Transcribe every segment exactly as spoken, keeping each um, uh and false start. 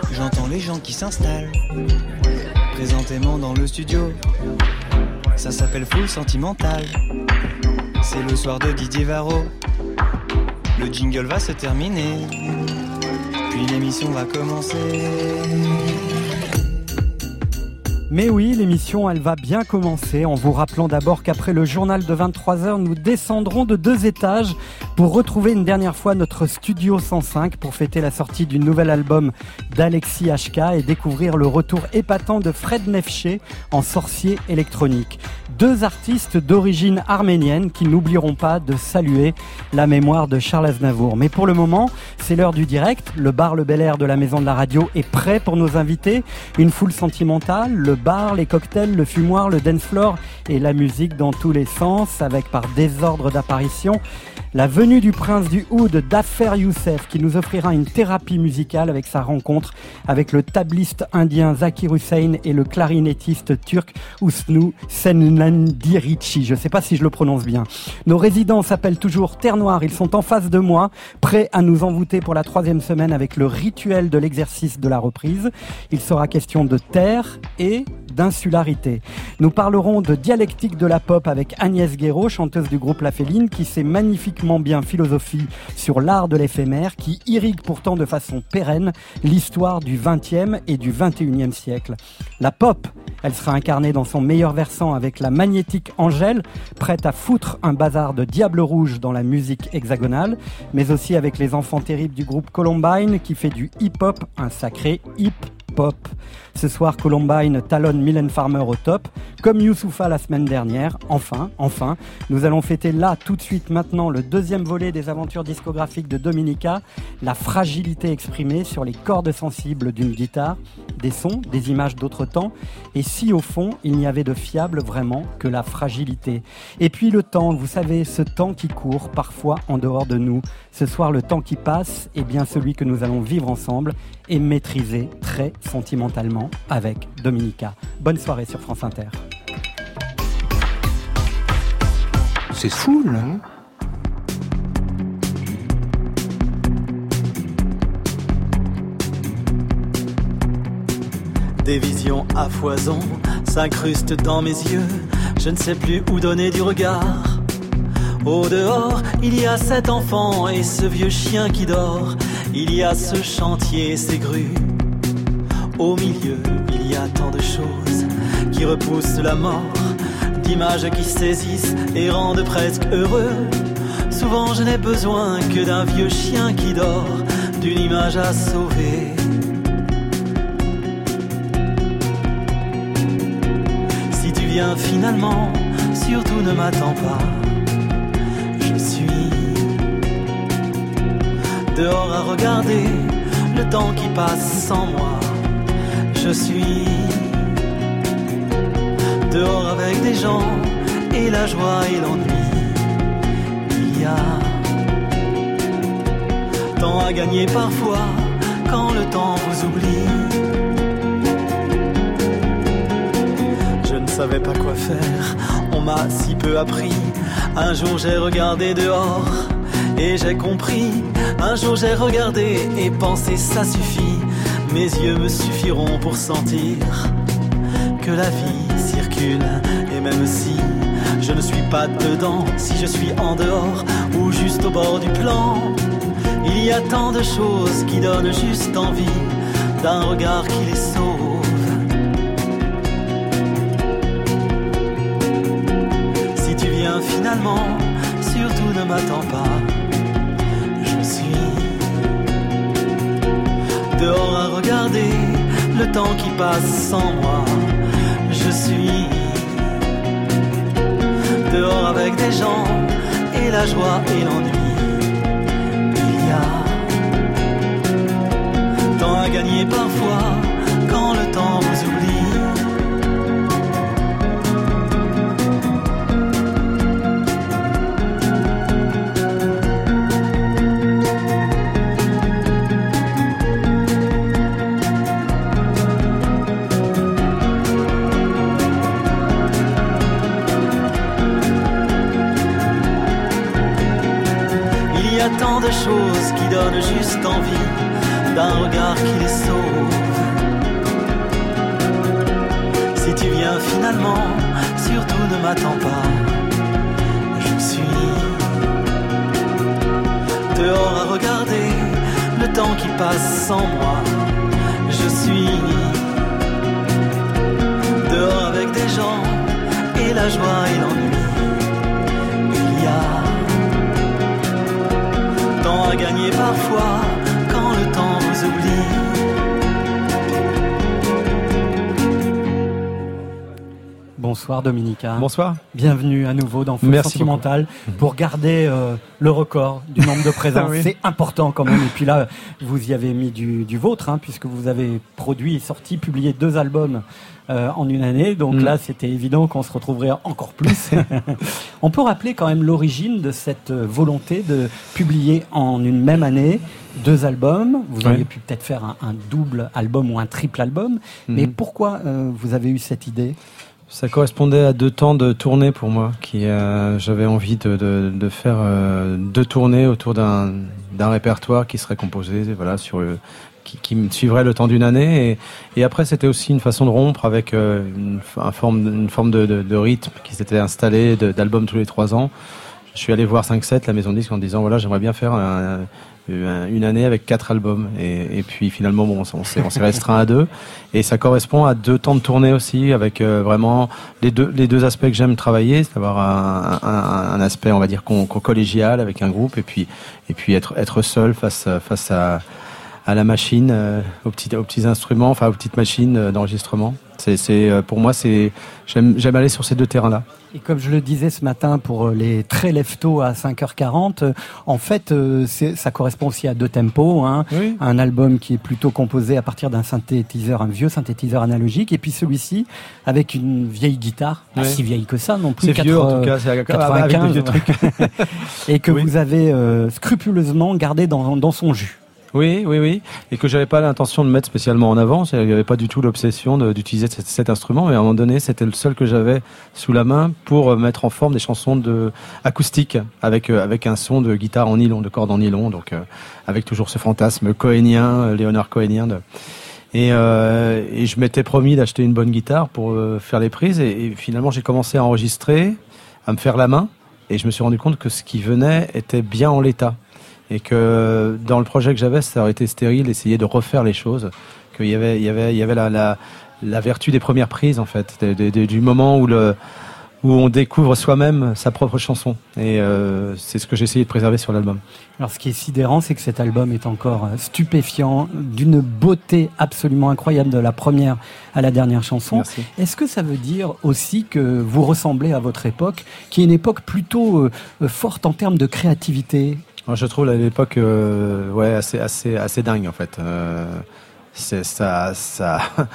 J'entends les gens qui s'installent présentément dans le studio. Ça s'appelle Full Sentimental. C'est le soir de Didier Varro. Le jingle va se terminer, puis l'émission va commencer. Mais oui, l'émission, elle va bien commencer en vous rappelant d'abord qu'après le journal de vingt-trois heures, nous descendrons de deux étages pour retrouver une dernière fois notre studio cent cinq pour fêter la sortie du nouvel album d'Alexis H K et découvrir le retour épatant de Fred Nefché en sorcier électronique. Deux artistes d'origine arménienne qui n'oublieront pas de saluer la mémoire de Charles Aznavour. Mais pour le moment, c'est l'heure du direct. Le bar Le Bel Air de la Maison de la Radio est prêt pour nos invités. Une foule sentimentale, le bar, les cocktails, le fumoir, le dance floor et la musique dans tous les sens, avec par désordre d'apparition la venue du prince du oud, Dhafer Youssef, qui nous offrira une thérapie musicale avec sa rencontre avec le tabliste indien Zakir Hussain et le clarinettiste turc Husnu Senlendirici. Je ne sais pas si je le prononce bien. Nos résidents s'appellent toujours Terre Noire. Ils sont en face de moi, prêts à nous envoûter pour la troisième semaine avec le rituel de l'exercice de la reprise. Il sera question de terre et d'insularité. Nous parlerons de dialectique de la pop avec Agnès Guéraud, chanteuse du groupe La Féline, qui sait magnifiquement bien philosophie sur l'art de l'éphémère, qui irrigue pourtant de façon pérenne l'histoire du vingtième et du vingt et unième siècle. La pop, elle sera incarnée dans son meilleur versant avec la magnétique Angèle, prête à foutre un bazar de diable rouge dans la musique hexagonale, mais aussi avec les enfants terribles du groupe Columbine, qui fait du hip-hop un sacré hip pop. Ce soir, Columbine talonne Mylène Farmer au top, comme Youssoupha la semaine dernière. Enfin, enfin, nous allons fêter là, tout de suite, maintenant, le deuxième volet des aventures discographiques de Dominica, la fragilité exprimée sur les cordes sensibles d'une guitare, des sons, des images d'autres temps, et si au fond, il n'y avait de fiable vraiment que la fragilité. Et puis le temps, vous savez, ce temps qui court, parfois en dehors de nous. Ce soir, le temps qui passe est bien celui que nous allons vivre ensemble et maîtriser très sentimentalement avec Dominica. Bonne soirée sur France Inter. C'est fou, là. Des visions à foison s'incrustent dans mes yeux. Je ne sais plus où donner du regard. Au dehors, il y a cet enfant et ce vieux chien qui dort. Il y a ce chantier et ces grues. Au milieu, il y a tant de choses qui repoussent la mort, d'images qui saisissent et rendent presque heureux. Souvent, je n'ai besoin que d'un vieux chien qui dort, d'une image à sauver. Si tu viens finalement, surtout ne m'attends pas. Je suis dehors à regarder le temps qui passe sans moi. Je suis dehors avec des gens et la joie et l'ennui. Il y a tant à gagner parfois quand le temps vous oublie. Je ne savais pas quoi faire, on m'a si peu appris. Un jour j'ai regardé dehors et j'ai compris. Un jour j'ai regardé et pensé ça suffit. Mes yeux me suffiront pour sentir que la vie circule. Et même si je ne suis pas dedans, si je suis en dehors ou juste au bord du plan, il y a tant de choses qui donnent juste envie d'un regard qui les sauve. Si tu viens finalement, surtout ne m'attends pas. Je suis dehors à regarder le temps qui passe sans moi. Je suis dehors avec des gens et la joie et l'ennui. Il y a tant à gagner parfois quand le temps vous oublie. Tant de choses qui donnent juste envie d'un regard qui les sauve. bien finalement, surtout ne m'attends pas. Je suis dehors à regarder le temps qui passe sans moi. Je suis dehors avec des gens et la joie et l'ennui. Il y a tant à gagner parfois quand le temps vous oublie. Bonsoir Dominica. Bonsoir. Bienvenue à nouveau dans Foule Sentimentale pour garder euh, le record du nombre de présences. Oui. C'est important quand même. Et puis là, vous y avez mis du, du vôtre, hein, puisque vous avez produit, sorti, publié deux albums euh, en une année. Donc mmh. là, c'était évident qu'on se retrouverait encore plus. On peut rappeler quand même l'origine de cette volonté de publier en une même année deux albums. Vous auriez oui. pu peut-être faire un, un double album ou un triple album. Mmh. Mais pourquoi euh, vous avez eu cette idée ? Ça correspondait à deux temps de tournée pour moi, qui euh, j'avais envie de, de, de faire euh, deux tournées autour d'un, d'un répertoire qui serait composé, voilà, sur euh, qui, qui me suivrait le temps d'une année. Et, et après, c'était aussi une façon de rompre avec euh, une, un forme, une forme de, de, de rythme qui s'était installé, de, d'albums tous les trois ans. Je suis allé voir cinq sept, la maison de disques, en disant voilà, j'aimerais bien faire un, un, une année avec quatre albums. Et, et puis finalement, bon, on s'est, on s'est restreint à deux. Et ça correspond à deux temps de tournée aussi, avec euh, vraiment les deux, les deux aspects que j'aime travailler, c'est d'avoir un, un, un aspect, on va dire, con, con, collégial avec un groupe, et puis, et puis être, être seul face, face à, à la machine, euh, aux, petits, aux petits instruments, enfin aux petites machines d'enregistrement. C'est, c'est, pour moi, c'est, j'aime, j'aime aller sur ces deux terrains-là. Et comme je le disais ce matin pour les très lève-tôt à cinq heures quarante, en fait, c'est, ça correspond aussi à deux tempos. Hein. Oui. Un album qui est plutôt composé à partir d'un synthétiseur, un vieux synthétiseur analogique, et puis celui-ci avec une vieille guitare, pas oui. si vieille que ça non plus. C'est quatre, vieux en tout cas, c'est quatre-vingt-quinze, avec des vieux trucs. Et que oui. vous avez euh, scrupuleusement gardé dans, dans son jus. Oui, oui, oui, et que j'avais pas l'intention de mettre spécialement en avant. Il n'y avait pas du tout l'obsession de, d'utiliser cet, cet instrument, mais à un moment donné, c'était le seul que j'avais sous la main pour mettre en forme des chansons de acoustiques avec euh, avec un son de guitare en nylon, de cordes en nylon, donc euh, avec toujours ce fantasme cohénien, euh, Léonard cohénien. De... Et, euh, et je m'étais promis d'acheter une bonne guitare pour euh, faire les prises, et, et finalement j'ai commencé à enregistrer, à me faire la main, et je me suis rendu compte que ce qui venait était bien en l'état. Et que dans le projet que j'avais, ça aurait été stérile, essayer de refaire les choses. Qu'il y avait, il y avait, il y avait la, la, la vertu des premières prises, en fait, de, de, de, du moment où le, où on découvre soi-même sa propre chanson. Et euh, c'est ce que j'ai essayé de préserver sur l'album. Alors, ce qui est sidérant, c'est que cet album est encore stupéfiant, d'une beauté absolument incroyable de la première à la dernière chanson. Merci. Est-ce que ça veut dire aussi que vous ressemblez à votre époque, qui est une époque plutôt euh, forte en termes de créativité? Je trouve à l'époque euh, ouais, assez, assez, assez dingue en fait. Euh, c'est, ça, ça,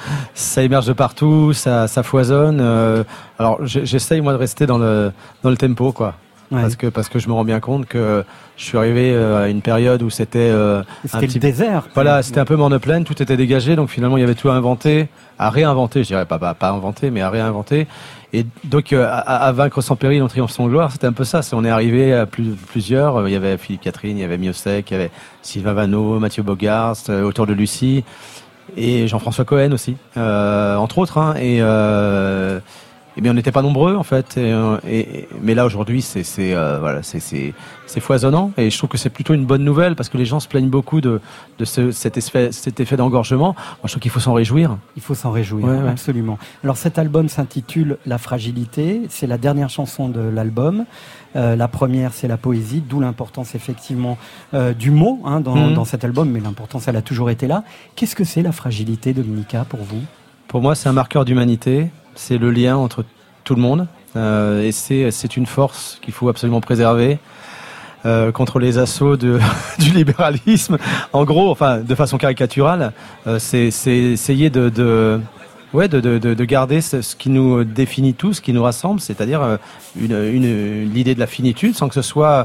ça émerge de partout, ça, ça foisonne. Euh, alors j'essaye moi de rester dans le, dans le tempo quoi. Ouais. Parce que parce que je me rends bien compte que je suis arrivé à une période où c'était euh, c'était un le petit désert. Voilà, c'était un peu monoplaine, tout était dégagé, donc finalement il y avait tout à inventer, à réinventer, je dirais pas pas, pas inventer, mais à réinventer. Et donc euh, à, à vaincre sans péril, on triomphe sans gloire, c'était un peu ça. C'est, on est arrivé à plus, plusieurs. Il y avait Philippe Catherine, il y avait Miossec, il y avait Sylvain Vanneau, Mathieu Bogart, euh, auteur de Lucie, et Jean-François Cohen aussi, euh, entre autres. Hein, et euh, Eh bien, on n'était pas nombreux en fait. Et, et, mais là aujourd'hui, c'est, c'est euh, voilà, c'est, c'est, c'est foisonnant. Et je trouve que c'est plutôt une bonne nouvelle parce que les gens se plaignent beaucoup de, de ce, cet, effet, cet effet d'engorgement. Moi, je trouve qu'il faut s'en réjouir. Il faut s'en réjouir, ouais, ouais. absolument. Alors, cet album s'intitule La Fragilité. C'est la dernière chanson de l'album. Euh, la première, c'est la poésie, d'où l'importance effectivement euh, du mot hein, dans, mmh. dans cet album. Mais l'importance, elle a toujours été là. Qu'est-ce que c'est la fragilité, Dominica, pour vous ? Pour moi, c'est un marqueur d'humanité. C'est le lien entre tout le monde euh, et c'est, c'est une force qu'il faut absolument préserver euh, contre les assauts de, du libéralisme. En gros, enfin, de façon caricaturale, euh, c'est, c'est essayer de, de, ouais, de, de, de garder ce, ce qui nous définit tous, ce qui nous rassemble, c'est-à-dire une, une, l'idée de la finitude, sans que ce soit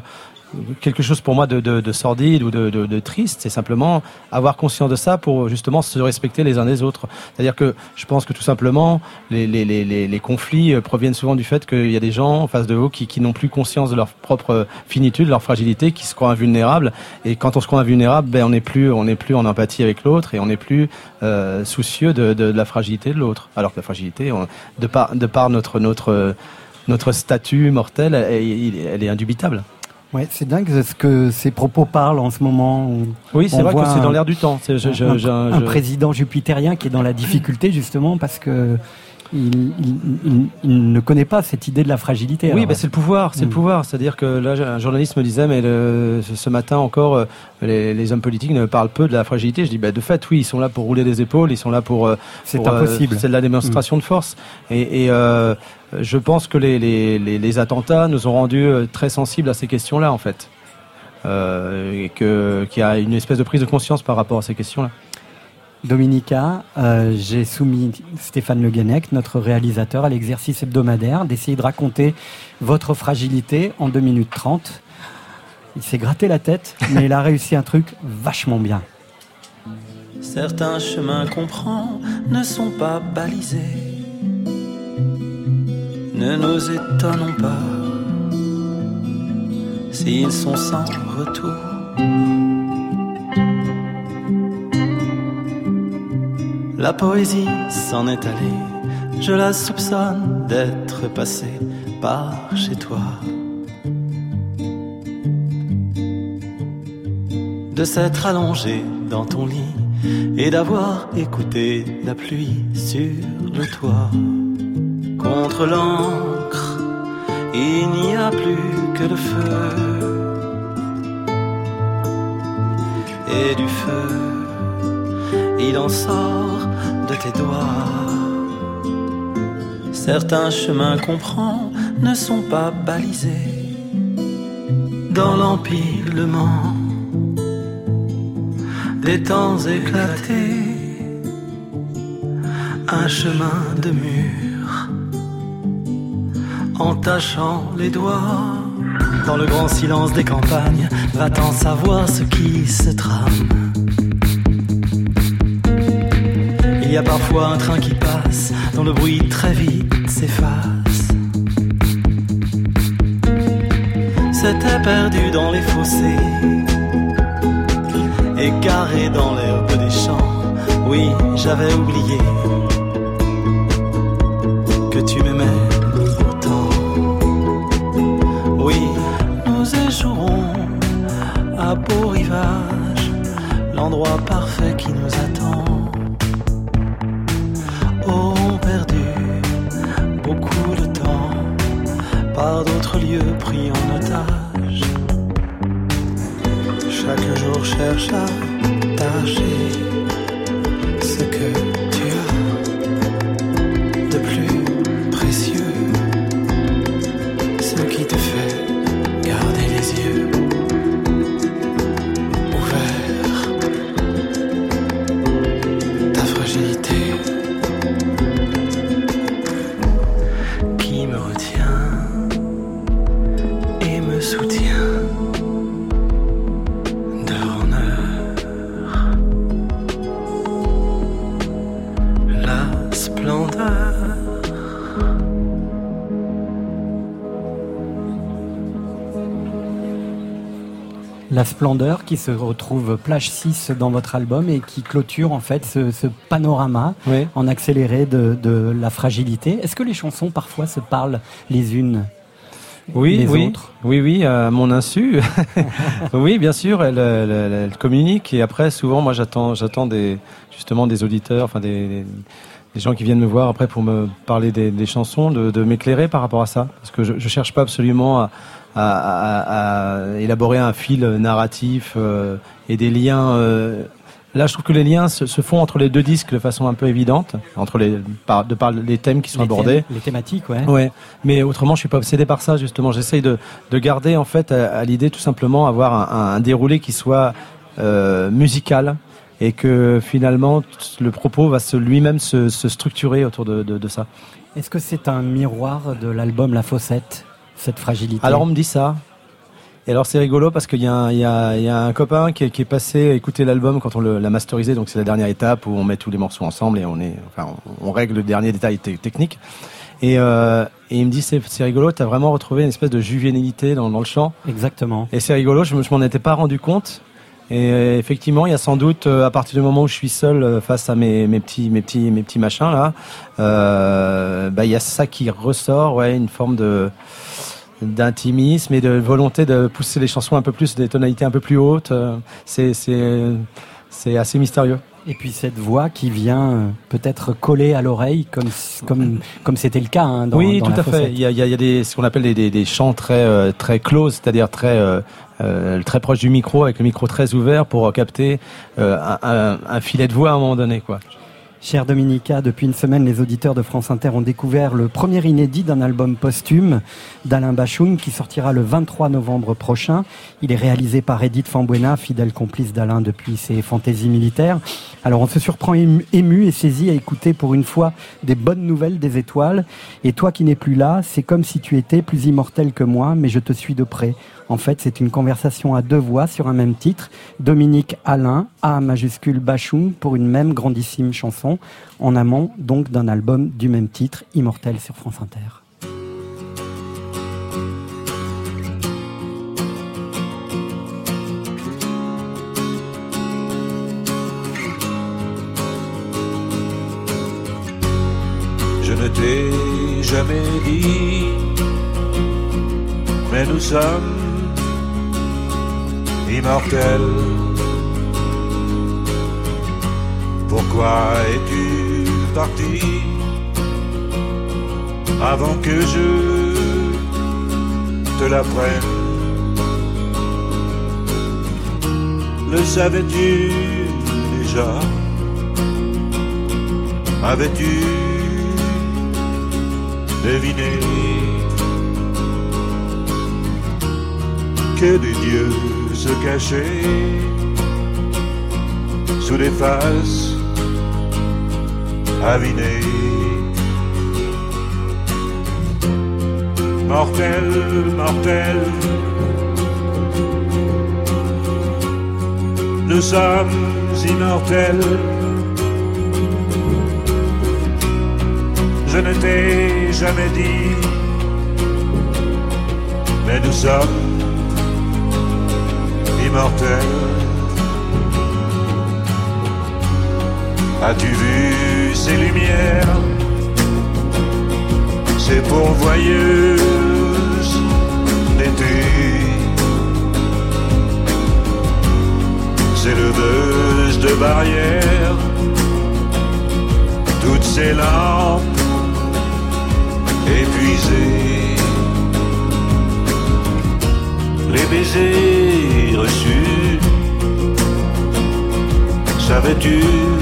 quelque chose pour moi de, de, de sordide ou de, de, de triste. C'est simplement avoir conscience de ça pour justement se respecter les uns des autres. C'est-à-dire que je pense que tout simplement les, les, les, les conflits proviennent souvent du fait qu'il y a des gens en face de vous qui, qui n'ont plus conscience de leur propre finitude, leur fragilité, qui se croient invulnérables. Et quand on se croit invulnérable, ben on n'est plus, on n'est plus en empathie avec l'autre et on n'est plus euh, soucieux de, de, de la fragilité de l'autre. Alors que la fragilité, on, de par, de par notre notre notre statut mortel, elle, elle est indubitable. Ouais, c'est dingue ce que ces propos parlent en ce moment. On, oui, c'est vrai que c'est un, dans l'air du temps. C'est, je, je, un, je, un je... président jupitérien qui est dans la difficulté justement parce que il, il, il, il ne connaît pas cette idée de la fragilité. Oui, bah c'est le pouvoir, c'est mmh. le pouvoir. C'est-à-dire que là, un journaliste me disait, mais le, ce matin encore, les, les hommes politiques ne parlent peu de la fragilité. Je dis, bah de fait, oui, ils sont là pour rouler des épaules, ils sont là pour. C'est pour, impossible. Euh, c'est de la démonstration mmh. de force. Et, et euh, je pense que les, les, les, les attentats nous ont rendus très sensibles à ces questions-là, en fait. Euh, et que, qu'il y a une espèce de prise de conscience par rapport à ces questions-là. Dominica, euh, j'ai soumis Stéphane Le Guenec, notre réalisateur, à l'exercice hebdomadaire d'essayer de raconter votre fragilité en deux minutes trente. Il s'est gratté la tête, mais il a réussi un truc vachement bien. Certains chemins qu'on prend ne sont pas balisés. Ne nous étonnons pas s'ils sont sans retour. La poésie s'en est allée, je la soupçonne d'être passée par chez toi. De s'être allongée dans ton lit et d'avoir écouté la pluie sur le toit. Contre l'encre, il n'y a plus que le feu. Et du feu, il en sort de tes doigts. Certains chemins qu'on prend ne sont pas balisés. Dans l'empilement des temps éclatés, un chemin de mur entachant les doigts. Dans le grand silence des campagnes, va-t'en savoir ce qui se trame. Il y a parfois un train qui passe, dont le bruit très vite s'efface. C'était perdu dans les fossés, égaré dans l'herbe des champs. Oui, j'avais oublié que tu m'aimais autant. Oui, nous échouerons à Beau Rivage, l'endroit parfait qui nous attend. Auront perdu beaucoup de temps par d'autres lieux pris en otage. Chaque jour cherche à tâcher ce que tu as de plus précieux, ce qui te fait garder les yeux ouverts. Ta fragilité qui me retient et me soutient. La splendeur qui se retrouve plage six dans votre album et qui clôture en fait ce, ce panorama oui. en accéléré de, de la fragilité. Est-ce que les chansons parfois se parlent les unes oui, les oui, autres oui, oui, à mon insu. Oui, bien sûr, elles, elles, elles, elles communiquent et après souvent moi j'attends, j'attends des, justement des auditeurs, enfin des, des, des gens qui viennent me voir après pour me parler des, des chansons, de, de m'éclairer par rapport à ça, parce que je, je cherche pas absolument à À, à, à élaborer un fil narratif euh, et des liens. Euh, là, je trouve que les liens se, se font entre les deux disques de façon un peu évidente, entre les par, de par les thèmes qui sont les abordés, thèmes, les thématiques, ouais. Ouais. Mais autrement, je suis pas obsédé par ça. Justement, j'essaye de, de garder en fait à, à l'idée tout simplement avoir un, un, un déroulé qui soit euh, musical et que finalement le propos va se, lui-même se, se structurer autour de, de, de ça. Est-ce que c'est un miroir de l'album La Fossette? Cette fragilité. Alors on me dit ça, Et alors c'est rigolo parce qu'il y a un, il y a, il y a un copain qui est, qui est passé écouter l'album quand on le, l'a masterisé, donc c'est la dernière étape où on met tous les morceaux ensemble et on est, enfin, on, on règle le dernier détail t- technique. Et, euh, et il me dit c'est, c'est rigolo, t'as vraiment retrouvé une espèce de juvénilité dans, dans le chant. Exactement. Et c'est rigolo, je, je m'en étais pas rendu compte. Et euh, effectivement, il y a sans doute euh, à partir du moment où je suis seul euh, face à mes, mes petits, mes petits, mes petits machins là, euh, bah il y a ça qui ressort, ouais, une forme de d'intimisme et de volonté de pousser les chansons un peu plus, des tonalités un peu plus hautes. C'est, c'est, c'est assez mystérieux. Et puis cette voix qui vient euh, peut-être coller à l'oreille, comme comme comme c'était le cas hein, dans, oui, dans tout la à Fossette. fait. Il y a, il y a, il y a des, ce qu'on appelle des, des, des chants très euh, très close, c'est-à-dire très euh, euh, très proche du micro, avec le micro très ouvert pour capter euh, un, un, un filet de voix à un moment donné, quoi. Chère Dominica, depuis une semaine, les auditeurs de France Inter ont découvert le premier inédit d'un album posthume d'Alain Bashung qui sortira le vingt-trois novembre prochain. Il est réalisé par Edith Fambuena, fidèle complice d'Alain depuis ses fantaisies militaires. Alors on se surprend ému, ému et saisi à écouter pour une fois des bonnes nouvelles des étoiles. Et toi qui n'es plus là, c'est comme si tu étais plus immortel que moi, mais je te suis de près. En fait, c'est une conversation à deux voix sur un même titre. Dominique Alain, A majuscule Bashung, pour une même grandissime chanson, en amont donc d'un album du même titre, Immortel sur France Inter. Je ne t'ai jamais dit, mais nous sommes immortel. Pourquoi es-tu parti avant que je te l'apprenne? Le savais-tu déjà? Avais-tu deviné que des dieux se cachaient sous des faces avinées? Mortel, mortel, nous sommes immortels. Je ne t'ai jamais dit, mais nous sommes immortels. As-tu vu ces lumières, ces pourvoyeuses d'été, ces leveuses de barrières, toutes ces lampes épuisées, les baisers reçus, savais-tu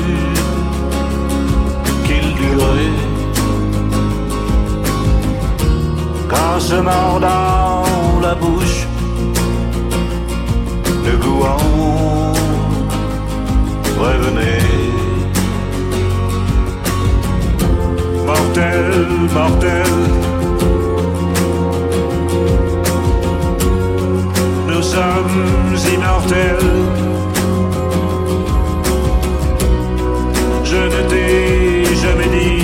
qu'ils duraient? Qu'en se mordant la bouche, le goût en revenait. Mortel, mortel, nous sommes immortels. Je ne t'ai jamais dit,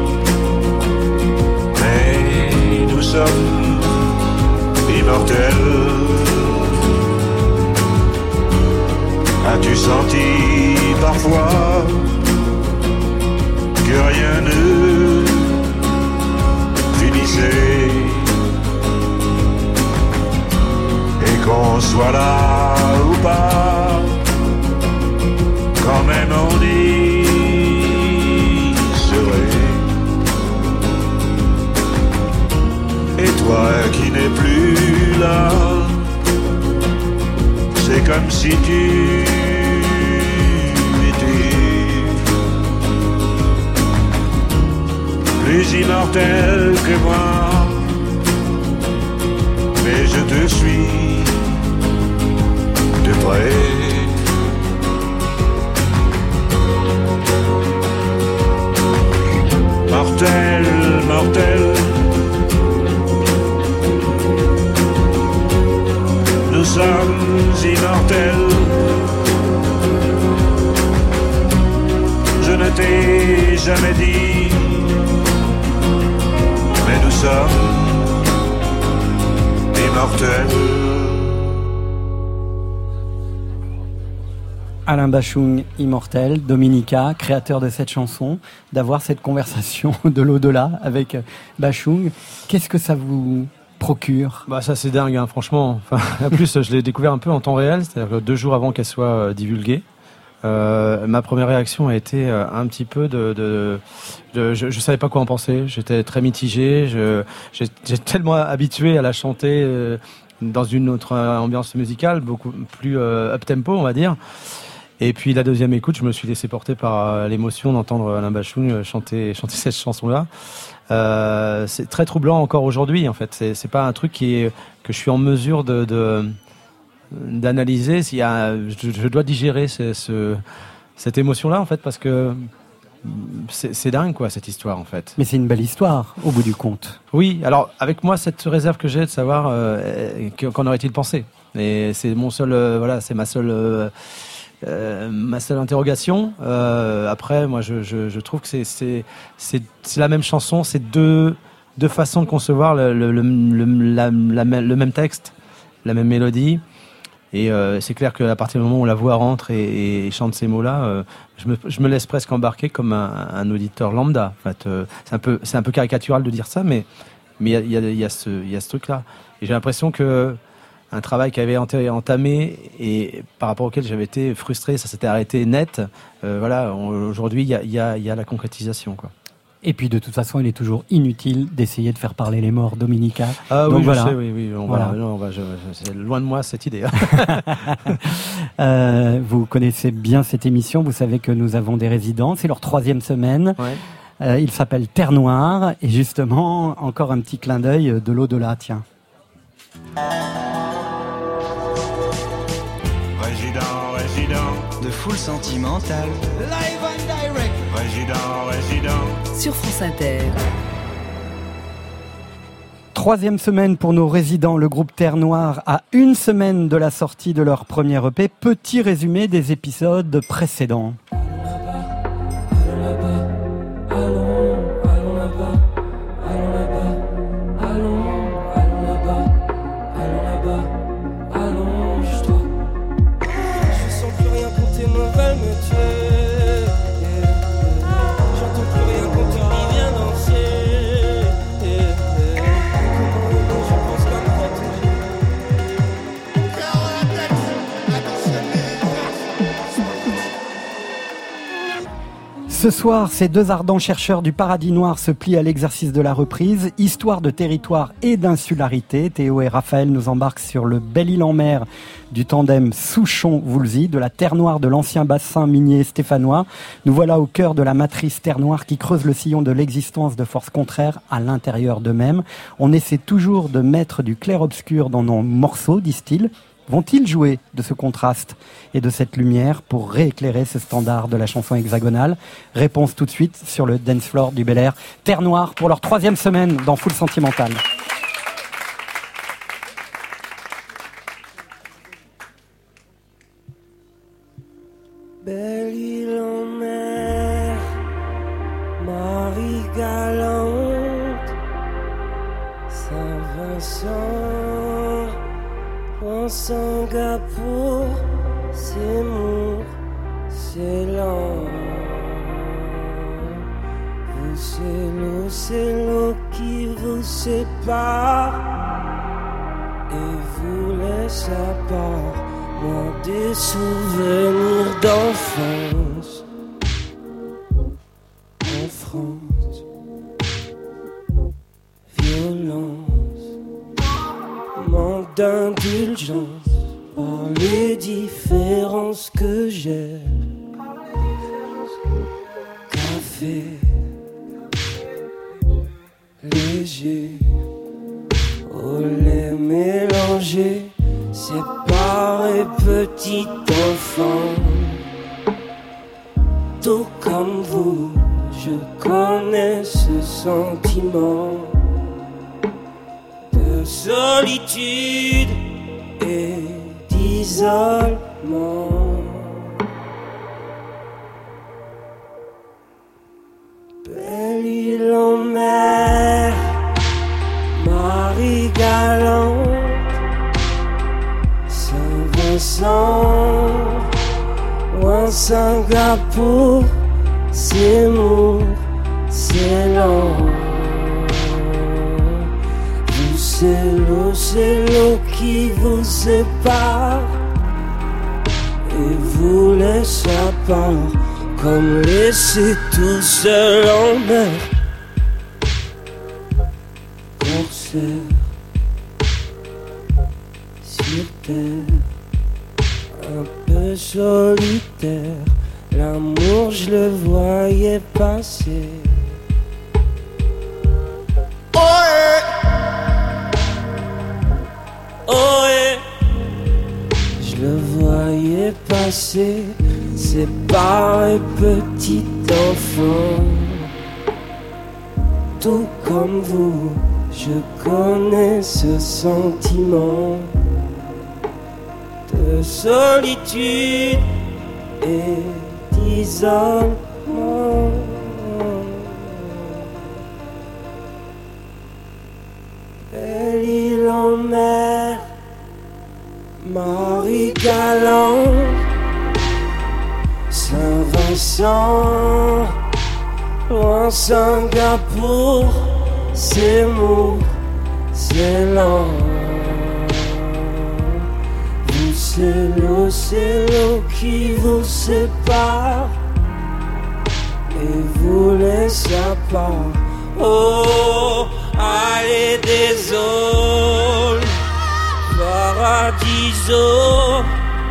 mais nous sommes immortels. As-tu senti parfois que rien ne finissait et qu'on soit là ou pas, quand même on y serait? Et toi qui n'es plus là, c'est comme si tu plus immortel que moi, mais je te suis de près. Mortel, mortel, immortels. Je ne t'ai jamais dit, mais nous sommes immortels. Alain Bachung, immortel, Dominica, créateur de cette chanson, d'avoir cette conversation de l'au-delà avec Bachung. Qu'est-ce que ça vous procure ? Bah ça c'est dingue, hein, franchement. Enfin, en plus, je l'ai découvert un peu en temps réel, c'est-à-dire que deux jours avant qu'elle soit euh, divulguée. Euh, ma première réaction a été euh, un petit peu de, de, de je, je savais pas quoi en penser. J'étais très mitigé. Je, j'ai, j'ai tellement habitué à la chanter euh, dans une autre ambiance musicale, beaucoup plus euh, up tempo, on va dire. Et puis la deuxième écoute, je me suis laissé porter par euh, l'émotion d'entendre Alain Bachung chanter chanter cette chanson-là. Euh, c'est très troublant encore aujourd'hui. En fait, c'est, c'est pas un truc qui est que je suis en mesure de, de d'analyser. S'il y a, je, je dois digérer ce, ce, cette émotion-là en fait, parce que c'est, c'est dingue quoi cette histoire en fait. Mais c'est une belle histoire au bout du compte. Oui. Alors avec moi cette réserve que j'ai de savoir euh, qu'en aurait-il pensé. Et c'est mon seul, euh, voilà, c'est ma seule. Euh, Euh, ma seule interrogation. Euh, après, moi, je, je, je trouve que c'est, c'est, c'est, c'est la même chanson, c'est deux, deux façons de concevoir le, le, le, le, la, la, le même texte, la même mélodie. Et euh, c'est clair qu'à partir du moment où la voix rentre et, et chante ces mots-là, euh, je, me, je me laisse presque embarquer comme un, un auditeur lambda. En fait, euh, c'est un peu, c'est un peu caricatural de dire ça, mais mais il y a, y a, y a ce, y a ce truc-là. Et j'ai l'impression que un travail qui avait entamé et par rapport auquel j'avais été frustré, ça s'était arrêté net. Euh, voilà, on, aujourd'hui, il y a, y, a, y a la concrétisation, quoi. Et puis de toute façon, il est toujours inutile d'essayer de faire parler les morts, Dominica. Ah Donc oui, voilà. je sais, oui, oui. On Voilà. va, non, on va, je, je, c'est loin de moi cette idée. euh, vous connaissez bien cette émission, vous savez que nous avons des résidents, c'est leur troisième semaine. Ouais. Euh, il s'appelle Terre Noire et justement, encore un petit clin d'œil de l'au-delà, tiens. Résident, résident, De foule sentimentale. live and direct. Résident, résident. Sur France Inter. Troisième semaine pour nos résidents, le groupe Terre Noire, à une semaine de la sortie de leur premier E P. Petit résumé des épisodes précédents. Ce soir, ces deux ardents chercheurs du paradis noir se plient à l'exercice de la reprise. Histoire de territoire et d'insularité. Théo et Raphaël nous embarquent sur le bel île en mer du tandem Souchon-Woolsey, de la terre noire de l'ancien bassin minier stéphanois. Nous voilà au cœur de la matrice terre noire qui creuse le sillon de l'existence de forces contraires à l'intérieur d'eux-mêmes. On essaie toujours de mettre du clair-obscur dans nos morceaux, disent-ils. Vont-ils jouer de ce contraste et de cette lumière pour rééclairer ce standard de la chanson hexagonale ? Réponse tout de suite sur le dance floor du Bel Air. Terre Noire pour leur troisième semaine dans Full Sentimental. Belle île en mer, Marie galante, Saint-Vincent, Point Singapour, c'est mou, c'est lent. Vous, c'est l'eau, c'est l'eau qui vous sépare et vous laisse à part. Moi, des souvenirs d'enfance en France, violence, manque d'indulgence par les différences que j'ai. Café léger, au lait mélangé, séparé petit enfant. Tout comme vous, je connais ce sentiment de solitude et d'isolement. Belle île en mer, Marie-Galante, Saint-Vincent ou un Singapour, c'est mou, c'est lent. Vous, c'est l'eau, c'est l'eau qui vous sépare et vous laisse à part, comme laissé tout seul en mer. Corsaire sur terre, un peu solitaire, l'amour je le voyais passer. Oh yeah. Oh yeah. Je le voyais passer, c'est pareil petit enfant. Tout comme vous, je connais ce sentiment de solitude et d'isolement. Belle île en mer, Marie-Galante, Saint-Vincent, loin Singapour, c'est mou, c'est lent. Vous, c'est l'eau, c'est l'eau qui vous sépare et vous laisse à part. Oh, allez désolé, paradiso,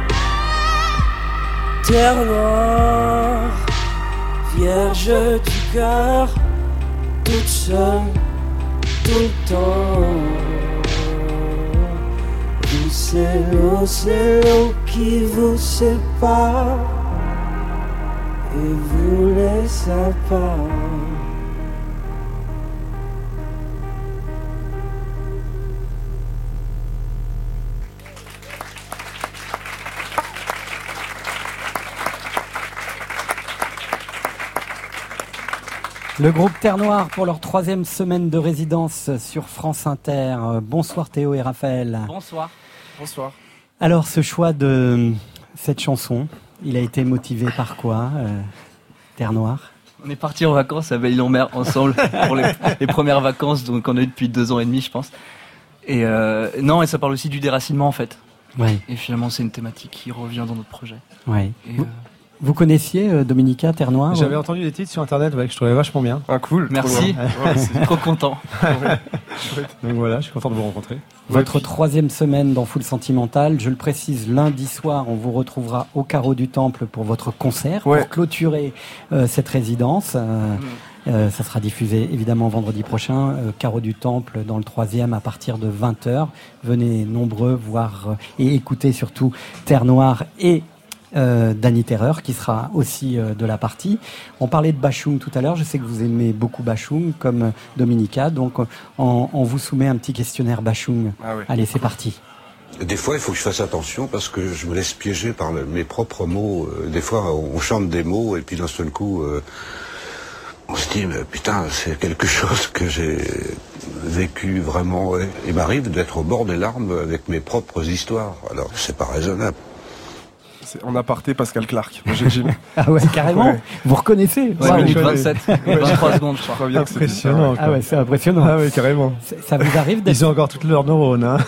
terre noire, vierge du cœur, toute seule, tout le temps. Vous, c'est l'eau, c'est l'eau qui vous sépare et vous laisse à part. Le groupe Terre Noire pour leur troisième semaine de résidence sur France Inter. Bonsoir Théo et Raphaël. Bonsoir. Bonsoir. Alors ce choix de cette chanson, il a été motivé par quoi, euh, Terre Noire ? On est partis en vacances à Belle-Île-en-Mer ensemble pour les, les premières vacances, donc on a eu depuis deux ans et demi je pense. Et euh, non, et ça parle aussi du déracinement en fait. Ouais. Et finalement c'est une thématique qui revient dans notre projet. Ouais. Et, vous, euh, vous connaissiez euh, Dominica, Terre Noire ? J'avais euh... entendu des titres sur internet ouais, que je trouvais vachement bien. Ah cool. Merci. Ouais, c'est trop content. Donc voilà, je suis content de vous rencontrer. Votre ouais, troisième semaine dans Full Sentimental, je le précise, lundi soir, on vous retrouvera au Carreau du Temple pour votre concert, ouais. pour clôturer euh, cette résidence. Euh, mmh. euh, ça sera diffusé évidemment vendredi prochain, euh, Carreau du Temple dans le troisième à partir de vingt heures. Venez nombreux voir euh, et écouter surtout Terre Noire et Euh, Danny Terreur qui sera aussi euh, de la partie. On parlait de Bashung tout à l'heure, je sais que vous aimez beaucoup Bashung comme euh, Dominica, donc euh, on, on vous soumet un petit questionnaire Bashung. Ah oui. Allez, c'est parti. Des fois, il faut que je fasse attention parce que je me laisse piéger par le, mes propres mots. Des fois, on chante des mots et puis d'un seul coup, euh, on se dit, mais putain, c'est quelque chose que j'ai vécu vraiment. Ouais. Il m'arrive d'être au bord des larmes avec mes propres histoires. Alors, c'est pas raisonnable. C'est en aparté Pascal Clark. Moi, j'ai, j'ai... Ah ouais, carrément. Ouais. Vous reconnaissez ouais, wow. vingt-sept, vingt-trois secondes, je crois. Bien impressionnant. Ah ouais, c'est impressionnant. Ah ouais, carrément. C'est, ça vous arrive d'être... Ils ont encore toutes leurs neurones. Hein.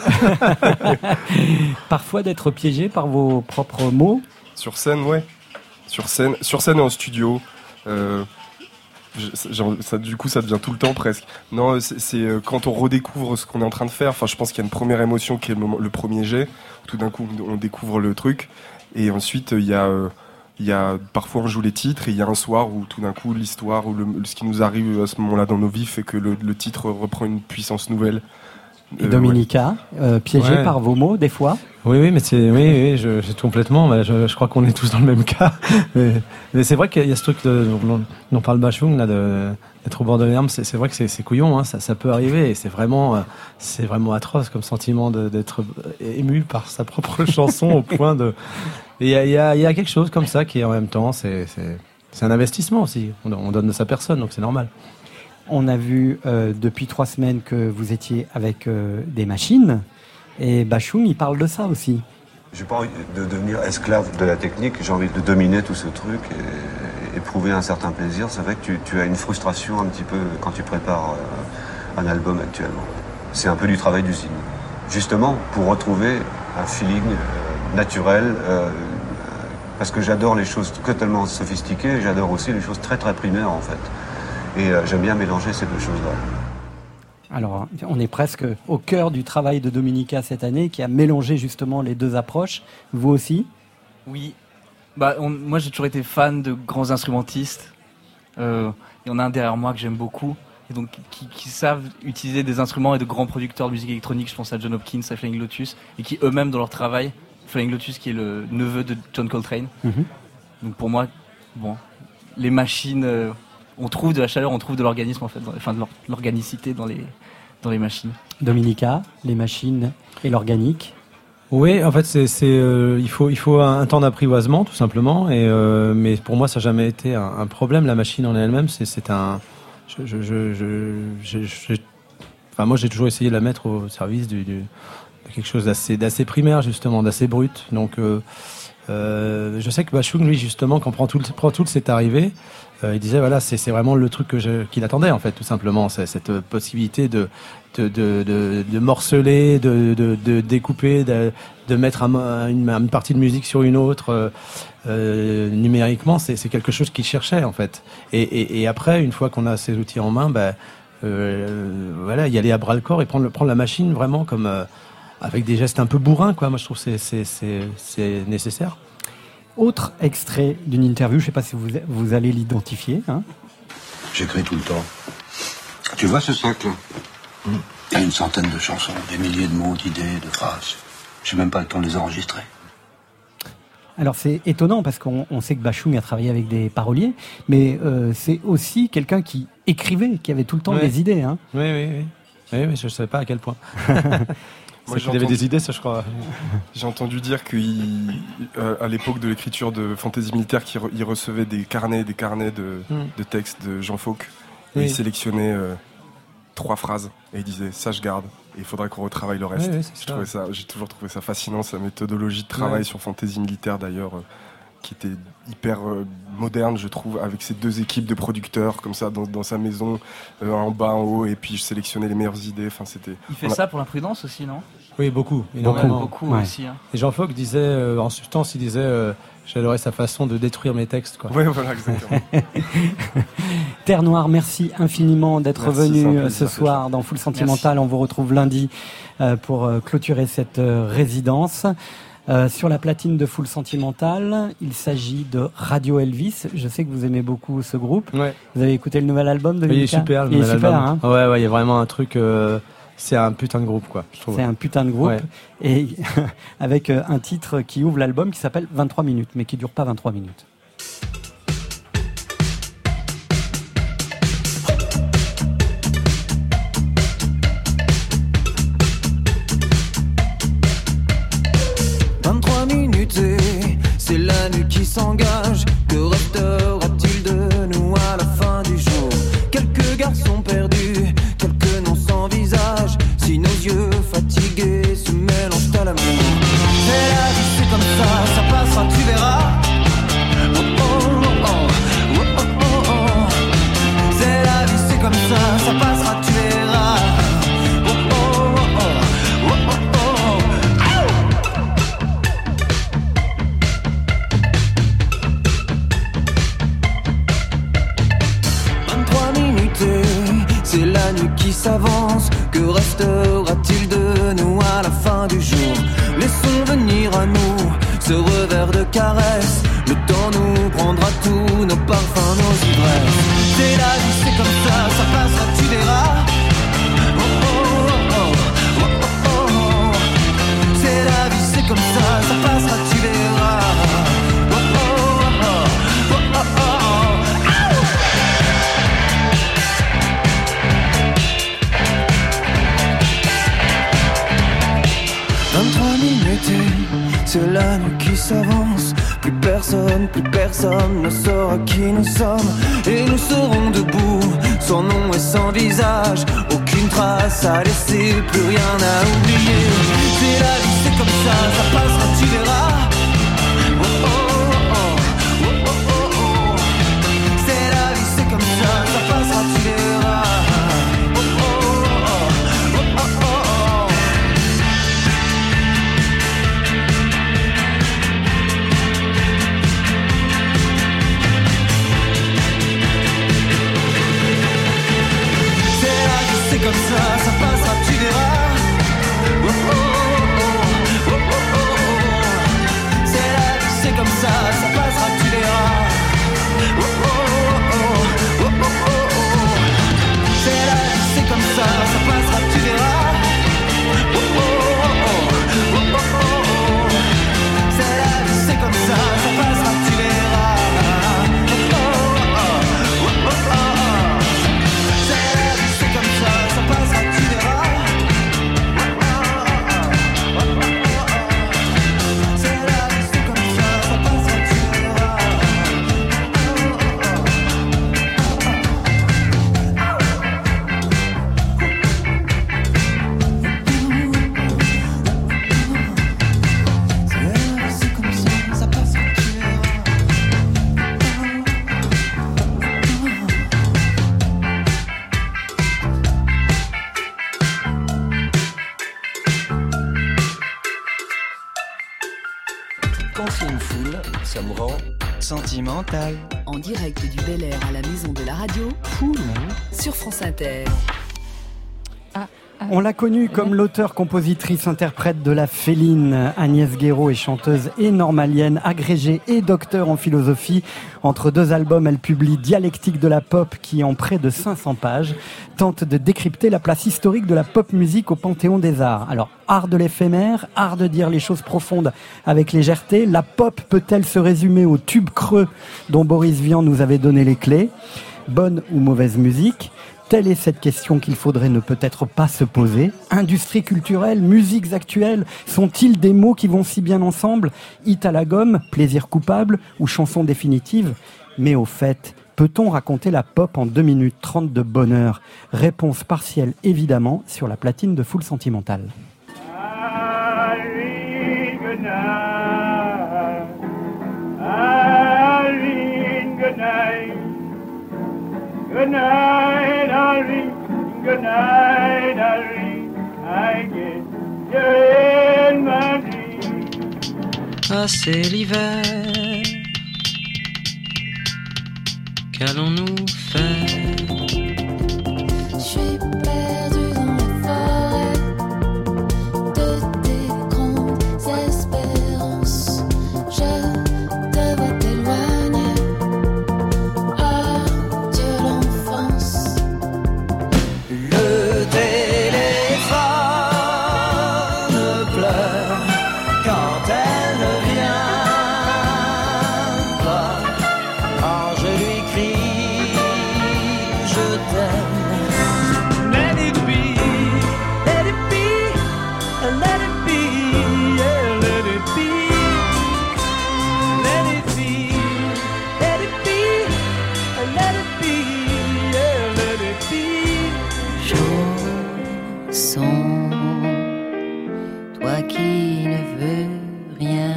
Parfois d'être piégé par vos propres mots. Sur scène, ouais. Sur scène, sur scène et en studio. Euh, genre, ça, du coup, ça devient tout le temps presque. Non, c'est, c'est quand on redécouvre ce qu'on est en train de faire. Enfin, je pense qu'il y a une première émotion qui est le, moment, le premier jet. Tout d'un coup, on découvre le truc. Et ensuite, il y a, euh, il y a parfois on joue les titres et il y a un soir où tout d'un coup l'histoire ou le, ce qui nous arrive à ce moment-là dans nos vies fait que le, le titre reprend une puissance nouvelle. Et Dominica, euh, piégée ouais. par vos mots des fois. Oui, oui, mais c'est, oui, oui, je, je complètement. Bah, je, je crois qu'on est tous dans le même cas. mais, mais c'est vrai qu'il y a ce truc de, dont, dont parle Bashung là, de, d'être au bord de les larmes. C'est, c'est vrai que c'est, c'est couillon, hein, ça, ça peut arriver. Et c'est vraiment, c'est vraiment atroce comme sentiment de, d'être ému par sa propre chanson au point de. Il y a, y a, y a quelque chose comme ça qui est en même temps, c'est, c'est, c'est un investissement aussi. On, on donne de sa personne, donc c'est normal. On a vu euh, depuis trois semaines que vous étiez avec euh, des machines. Et Bashung, il parle de ça aussi. J'ai pas envie de devenir esclave de la technique, j'ai envie de dominer tout ce truc et éprouver un certain plaisir. C'est vrai que tu, tu as une frustration un petit peu quand tu prépares euh, un album actuellement. C'est un peu du travail d'usine. Justement, pour retrouver un feeling euh, naturel, euh, parce que j'adore les choses totalement sophistiquées, et j'adore aussi les choses très très primaires en fait. Et euh, j'aime bien mélanger ces deux choses-là. Alors, on est presque au cœur du travail de Dominica cette année, qui a mélangé justement les deux approches. Vous aussi ? Oui. Bah, on, moi, j'ai toujours été fan de grands instrumentistes. Euh, il y en a un derrière moi que j'aime beaucoup. Et donc, qui, qui savent utiliser des instruments et de grands producteurs de musique électronique. Je pense à John Hopkins, à Flying Lotus. Et qui, eux-mêmes, dans leur travail, Flying Lotus, qui est le neveu de John Coltrane. Mm-hmm. Donc, pour moi, bon, les machines... Euh, on trouve de la chaleur, on trouve de l'organisme en fait, dans, enfin de l'organicité dans les dans les machines. Dominica, les machines et l'organique. Oui, en fait, c'est, c'est euh, il faut il faut un temps d'apprivoisement tout simplement. Et euh, mais pour moi, ça n'a jamais été un, un problème. La machine en elle-même, c'est c'est un. Je, je, je, je, je, je, enfin, moi, j'ai toujours essayé de la mettre au service du, du de quelque chose d'assez d'assez primaire justement, d'assez brut. Donc euh, euh, je sais que Bashung, lui, justement, quand prend tout prend toute cette arrivée. Euh, il disait voilà c'est c'est vraiment le truc que je, qu'il attendait en fait tout simplement, c'est cette possibilité de de de de, de morceler, de, de de découper, de de mettre un, une, une partie de musique sur une autre euh, euh, numériquement, c'est c'est quelque chose qu'il cherchait en fait. Et et, et après une fois qu'on a ces outils en main, ben euh, voilà y aller à bras le corps et prendre prendre la machine vraiment comme euh, avec des gestes un peu bourrins quoi. Moi je trouve que c'est c'est c'est c'est nécessaire. Autre extrait d'une interview, je ne sais pas si vous, vous allez l'identifier. Hein. J'écris tout le temps. Tu vois ce sac-là ? Il y a une centaine de chansons, des milliers de mots, d'idées, de phrases. Je n'ai même pas le temps de les enregistrer. Alors c'est étonnant parce qu'on on sait que Bashung a travaillé avec des paroliers, mais euh, c'est aussi quelqu'un qui écrivait, qui avait tout le temps oui. des idées. Hein. Oui, oui, oui. Oui, mais je ne savais pas à quel point. Moi, il avait des idées, ça je crois. J'ai entendu dire qu'à euh, l'époque de l'écriture de Fantaisie militaire, qu'il re- il recevait des carnets, des carnets de, mm. de textes de Jean Fauque. Oui. Et il sélectionnait euh, trois phrases et il disait ça je garde. Et il faudrait qu'on retravaille le reste. Oui, oui, je trouvais ça, j'ai toujours trouvé ça fascinant, sa méthodologie de travail ouais. sur Fantaisie militaire d'ailleurs, euh, qui était hyper euh, moderne, je trouve, avec ces deux équipes de producteurs comme ça dans, dans sa maison, euh, en bas, en haut, et puis je sélectionnais les meilleures idées. Enfin, c'était. Il fait a... ça pour l'imprudence aussi, non ? Oui, beaucoup, énormément. Beaucoup, beaucoup ouais. aussi. Hein. Et Jean Fauque disait, euh, en substance, il disait, euh, j'adorais sa façon de détruire mes textes, quoi. Oui, voilà, exactement. Terre Noire, merci infiniment d'être merci, venu ce soir dans Full Sentimental. Merci. On vous retrouve lundi euh, pour euh, clôturer cette euh, résidence. Euh, sur la platine de Full Sentimental, il s'agit de Radio Elvis. Je sais que vous aimez beaucoup ce groupe. Ouais. Vous avez écouté le nouvel album de oui, il est super, le il nouvel est super, album. Hein. Ouais, ouais, il y a vraiment un truc. Euh, c'est un putain de groupe, quoi. Je trouve. C'est un putain de groupe, ouais. Et avec un titre qui ouvre l'album qui s'appelle vingt-trois minutes, mais qui dure pas vingt-trois minutes. C'est la nuit qui s'engage. Que restera-t-il de nous à la fin du jour? Quelques garçons perdus, quelques noms sans visage. Si nos yeux fatigués se mélangent à l'amour. C'est la vie, c'est comme ça, ça passera, tu verras. Oh oh oh oh, oh oh oh oh. C'est la vie, c'est comme ça, ça passera, tu verras. Oh oh oh oh, oh oh oh. C'est la nuit qui s'avance. Que restera-t-il de nous à la fin du jour? Laissons venir à nous ce revers de caresse. Le temps nous prendra tous nos parfums, nos ivresses. C'est la vie, c'est comme ça, ça passera, tu verras. Oh oh oh oh, oh s'avance. Plus personne, plus personne ne saura qui nous sommes. Et nous serons debout, sans nom et sans visage. Aucune trace à laisser, plus rien à oublier. C'est la vie, c'est comme ça, ça passera, tu verras. Oh oh oh, oh oh oh oh. C'est la vie, c'est comme ça, ça passera, tu verras. Oh oh oh, oh oh oh oh. C'est la vie, c'est comme ça, ça passera, tu verras. Oh oh oh, oh oh oh oh. C'est la vie, c'est comme ça, ça passera, tu verras. Oh oh oh, oh oh oh oh. C'est la vie, c'est comme ça, ça passera, tu verras. Oh oh oh, oh oh oh. C'est la vie, c'est comme ça, ça passera, tu verras. Oh oh oh, oh oh oh. C'est la vie, c'est comme ça, ça passera, tu verras. Quand c'est une foule, ça me rend sentimental. En direct du Bel Air à la Maison de la Radio, Cool. sur France Inter. On l'a connue comme l'auteur, compositrice, interprète de La Féline. Agnès Guéraud est chanteuse et normalienne, agrégée et docteur en philosophie. Entre deux albums, elle publie Dialectique de la pop qui, en près de cinq cents pages, tente de décrypter la place historique de la pop musique au panthéon des arts. Alors, art de l'éphémère, art de dire les choses profondes avec légèreté. La pop peut-elle se résumer au tube creux dont Boris Vian nous avait donné les clés? Bonne ou mauvaise musique? Telle est cette question qu'il faudrait ne peut-être pas se poser. Industrie culturelle, musiques actuelles, sont-ils des mots qui vont si bien ensemble? Hit à la gomme, plaisir coupable ou chanson définitive? Mais au fait, peut-on raconter la pop en deux minutes trente de bonheur? Réponse partielle évidemment sur la platine de Foule Sentimentale. Irene, good night. Irene, good night. Good night, Irene. Good night, Irene. I guess you're in my dream. Ah, c'est l'hiver. Qu'allons-nous faire? Je suis perdue dans la forêt de tes grandes espérances. Je te vois t'éloigner. Adieu l'enfance. Le téléphone pleure quand elle ne vient pas. Alors je lui crie, je t'aime. Let it be, let it be, let it be, yeah, let it be. Let it be, let it be, let it be, yeah, let it be. Chanson, toi qui ne veux rien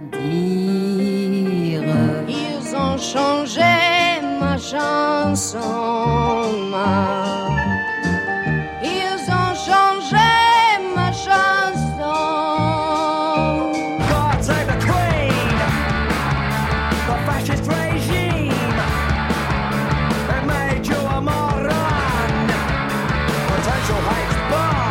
dire. Ils ont changé ma chanson, ma. Ils ont changé ma chanson. God save the Queen, the fascist regime that made you a moron, potential hate bomb.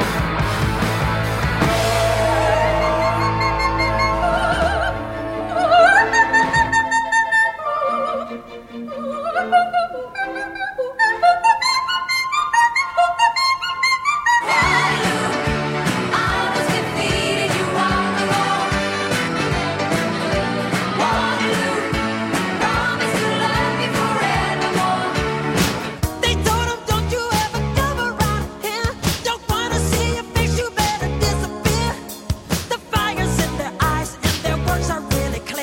They told him, don't you ever come around here. Don't wanna see your face, you better disappear. The fire's in their eyes and their words are really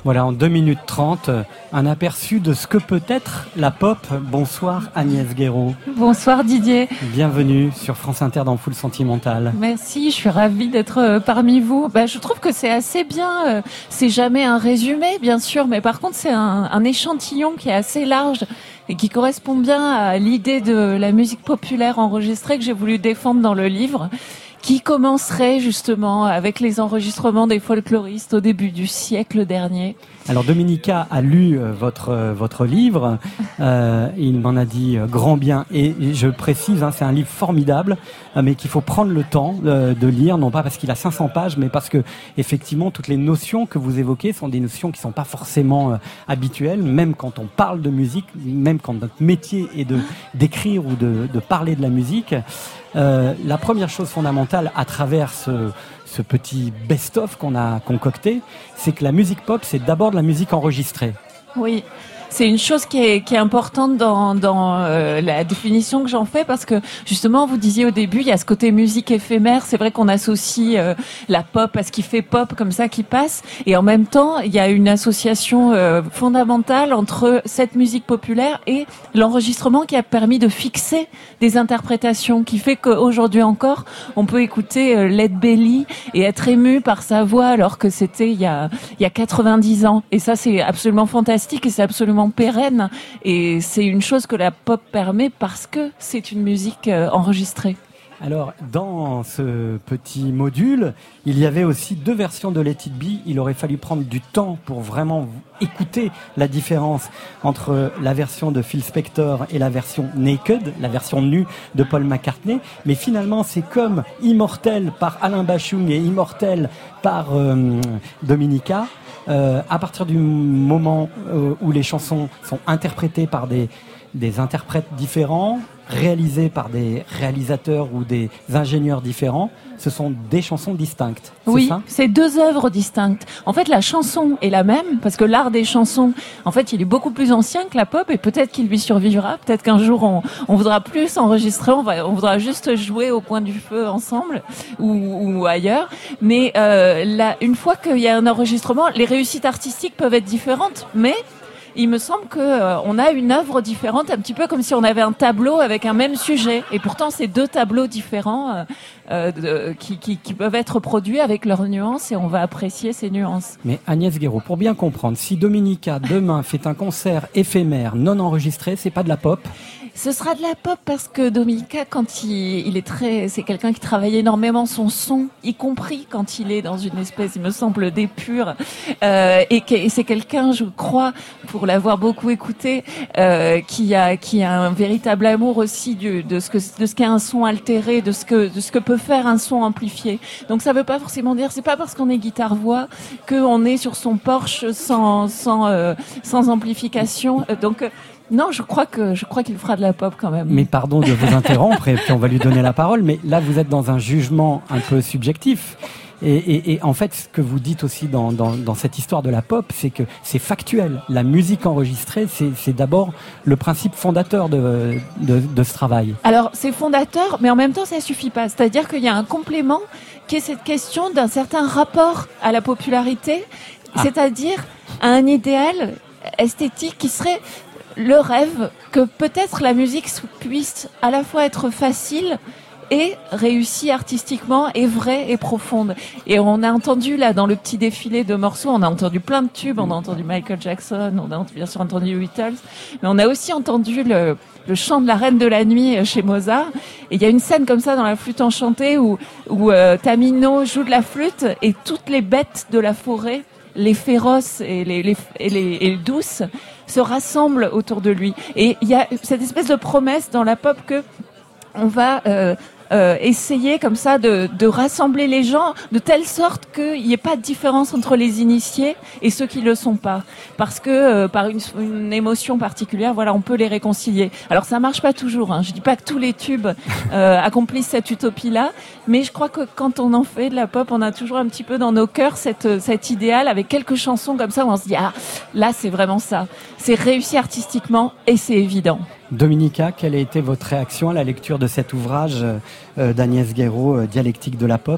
Voilà, en deux minutes trente, un aperçu de ce que peut être la pop. Bonsoir Agnès Guéraud. Bonsoir Didier. Bienvenue sur France Inter dans Foule Sentimentale. Merci, je suis ravie d'être euh, parmi vous. Bah, je trouve que c'est assez bien. Euh, c'est jamais un résumé, bien sûr, mais par contre c'est un, un échantillon qui est assez large et qui correspond bien à l'idée de la musique populaire enregistrée que j'ai voulu défendre dans le livre, qui commencerait justement avec les enregistrements des folkloristes au début du siècle dernier. Alors Dominica a lu euh, votre euh, votre livre, euh, il m'en a dit euh, grand bien, et je précise, hein, c'est un livre formidable, euh, mais qu'il faut prendre le temps euh, de lire, non pas parce qu'il a cinq cents pages, mais parce que effectivement toutes les notions que vous évoquez sont des notions qui sont pas forcément euh, habituelles, même quand on parle de musique, même quand notre métier est de d'écrire ou de de parler de la musique. Euh, la première chose fondamentale à travers ce, ce petit best-of qu'on a concocté, c'est que la musique pop, c'est d'abord de la musique enregistrée. Oui. C'est une chose qui est, qui est importante dans, dans euh, la définition que j'en fais, parce que justement, vous disiez au début, il y a ce côté musique éphémère. C'est vrai qu'on associe euh, la pop à ce qui fait pop, comme ça, qui passe. Et en même temps, il y a une association euh, fondamentale entre cette musique populaire et l'enregistrement qui a permis de fixer des interprétations, qui fait qu'aujourd'hui encore, on peut écouter euh, Led Belly et être ému par sa voix, alors que c'était il y a, il y a quatre-vingt-dix ans. Et ça, c'est absolument fantastique et c'est absolument pérenne, et c'est une chose que la pop permet parce que c'est une musique euh, enregistrée. Alors, dans ce petit module, il y avait aussi deux versions de Let It Be. Il aurait fallu prendre du temps pour vraiment écouter la différence entre la version de Phil Spector et la version Naked, la version nue de Paul McCartney. Mais finalement, c'est comme Immortel par Alain Bashung et Immortel par euh, Dominica. Euh, à partir du moment euh, où les chansons sont interprétées par des, des interprètes différents, réalisées par des réalisateurs ou des ingénieurs différents, ce sont des chansons distinctes. C'est oui, ça c'est deux œuvres distinctes. En fait, la chanson est la même, parce que l'art des chansons, en fait, il est beaucoup plus ancien que la pop, et peut-être qu'il lui survivra. Peut-être qu'un jour, on, on voudra plus enregistrer, on, va, on voudra juste jouer au coin du feu ensemble, ou, ou ailleurs. Mais euh, là, une fois qu'il y a un enregistrement, les réussites artistiques peuvent être différentes, mais il me semble que euh, on a une œuvre différente, un petit peu comme si on avait un tableau avec un même sujet. Et pourtant, c'est deux tableaux différents euh, euh, de, qui, qui, qui peuvent être produits avec leurs nuances, et on va apprécier ces nuances. Mais Agnès Guéraud, pour bien comprendre, si Dominica demain fait un concert éphémère non enregistré, c'est pas de la pop? Ce sera de la pop parce que Dominica, quand il, il est très, c'est quelqu'un qui travaille énormément son son, y compris quand il est dans une espèce, il me semble, d'épure, euh, et, que, et c'est quelqu'un, je crois, pour l'avoir beaucoup écouté, euh, qui a, qui a un véritable amour aussi du, de ce que, de ce qu'est un son altéré, de ce que, de ce que peut faire un son amplifié. Donc ça veut pas forcément dire, c'est pas parce qu'on est guitare-voix qu'on est sur son Porsche sans, sans, euh, sans amplification. Donc non, je crois que je crois qu'il fera de la pop quand même. Mais pardon de vous interrompre, et puis on va lui donner la parole, mais là vous êtes dans un jugement un peu subjectif. Et, et, et en fait, ce que vous dites aussi dans, dans, dans cette histoire de la pop, c'est que c'est factuel. La musique enregistrée, c'est, c'est d'abord le principe fondateur de, de, de ce travail. Alors, c'est fondateur, mais en même temps, ça suffit pas. C'est-à-dire qu'il y a un complément qui est cette question d'un certain rapport à la popularité, ah. c'est-à-dire à un idéal esthétique qui serait le rêve que peut-être la musique puisse à la fois être facile et réussie artistiquement, et vraie et profonde. Et on a entendu là dans le petit défilé de morceaux, on a entendu plein de tubes, on a entendu Michael Jackson, on a bien sûr entendu les Beatles, mais on a aussi entendu le, le chant de la Reine de la Nuit chez Mozart. Et il y a une scène comme ça dans la flûte enchantée où, où euh, Tamino joue de la flûte et toutes les bêtes de la forêt, les féroces et les, les, et les, et les douces, se rassemblent autour de lui. Et il y a cette espèce de promesse dans la pop que on va euh, euh, essayer comme ça de, de rassembler les gens de telle sorte qu'il n'y ait pas de différence entre les initiés et ceux qui le sont pas, parce que euh, par une, une émotion particulière, voilà, on peut les réconcilier. Alors ça marche pas toujours, hein. Je dis pas que tous les tubes euh, accomplissent cette utopie-là, mais je crois que quand on en fait de la pop, on a toujours un petit peu dans nos cœurs cette, cet idéal avec quelques chansons comme ça où on se dit ah là c'est vraiment ça, c'est réussi artistiquement et c'est évident. Dominica, quelle a été votre réaction à la lecture de cet ouvrage euh, d'Agnès Guéraud, euh, Dialectique de la pop ?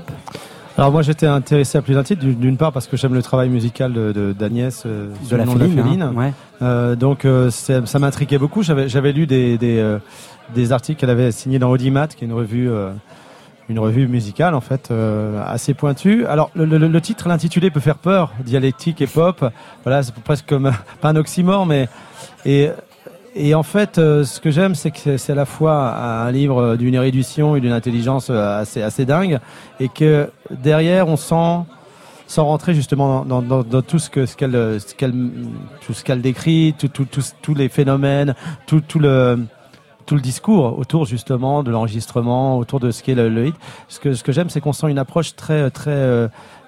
Alors moi j'étais intéressé à plusieurs titres, d'une part parce que j'aime le travail musical de, de d'Agnès, euh, de la Féline, hein, ouais. euh, donc euh, ça m'intriguait beaucoup. J'avais j'avais lu des des, euh, des articles qu'elle avait signés dans Audimat, qui est une revue euh, une revue musicale en fait euh, assez pointue. Alors le, le, le titre, l'intitulé peut faire peur, dialectique et pop. Voilà, c'est presque comme pas un oxymore, mais et Et en fait, euh, ce que j'aime, c'est que c'est à la fois un livre d'une érudition et d'une intelligence assez assez dingue, et que derrière, on sent, sans rentrer justement dans, dans, dans tout ce que ce qu'elle ce qu'elle tout ce qu'elle décrit, tout tout tous tous les phénomènes, tout tout le tout le discours autour justement de l'enregistrement, autour de ce qu'est le, le hit. Ce que ce que j'aime, c'est qu'on sent une approche très très euh,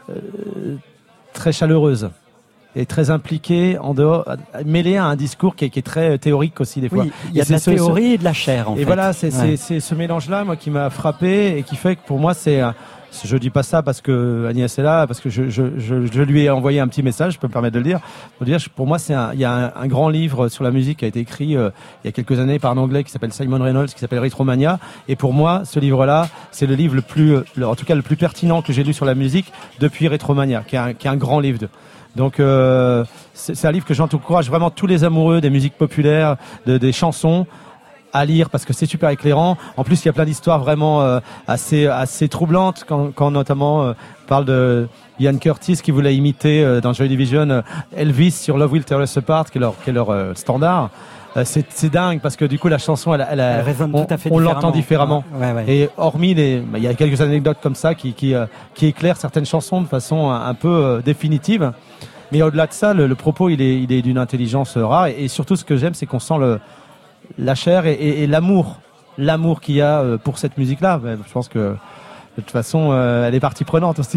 très chaleureuse et très impliqué en dehors, mêlé à un discours qui est, qui est très théorique aussi des fois. Oui, il y a de la ce, théorie ce, et de la chair en et fait. Et voilà, c'est, ouais. c'est, c'est ce mélange-là, moi, qui m'a frappé et qui fait que pour moi, c'est, je dis pas ça parce que Agnès est là, parce que je, je, je, je lui ai envoyé un petit message, je peux me permettre de le dire. Pour dire, pour moi, c'est un, il y a un, un grand livre sur la musique qui a été écrit euh, il y a quelques années par un Anglais qui s'appelle Simon Reynolds, qui s'appelle Retromania. Et pour moi, ce livre-là, c'est le livre le plus, le, en tout cas le plus pertinent que j'ai lu sur la musique depuis Retromania, qui est un, qui est un grand livre de. Donc euh, c'est, c'est un livre que j'encourage vraiment tous les amoureux des musiques populaires, de, des chansons, à lire parce que c'est super éclairant. En plus, il y a plein d'histoires vraiment euh, assez assez troublantes quand, quand notamment euh, on parle de Ian Curtis qui voulait imiter euh, dans Joy Division euh, Elvis sur Love Will Tear Us Apart, qui est leur, qui est leur euh, standard. Euh, c'est, c'est dingue parce que du coup la chanson elle, elle, elle, elle résonne on, tout à fait on différemment. l'entend différemment. Ouais, ouais. Et hormis les, bah, il y a quelques anecdotes comme ça qui qui euh, qui éclairent certaines chansons de façon un, un peu euh, définitive. Mais au-delà de ça, le, le propos il est il est d'une intelligence rare et, et surtout ce que j'aime c'est qu'on sent le la chair et, et, et l'amour, l'amour qu'il y a euh, pour cette musique-là. Je pense que de toute façon, euh, elle est partie prenante aussi.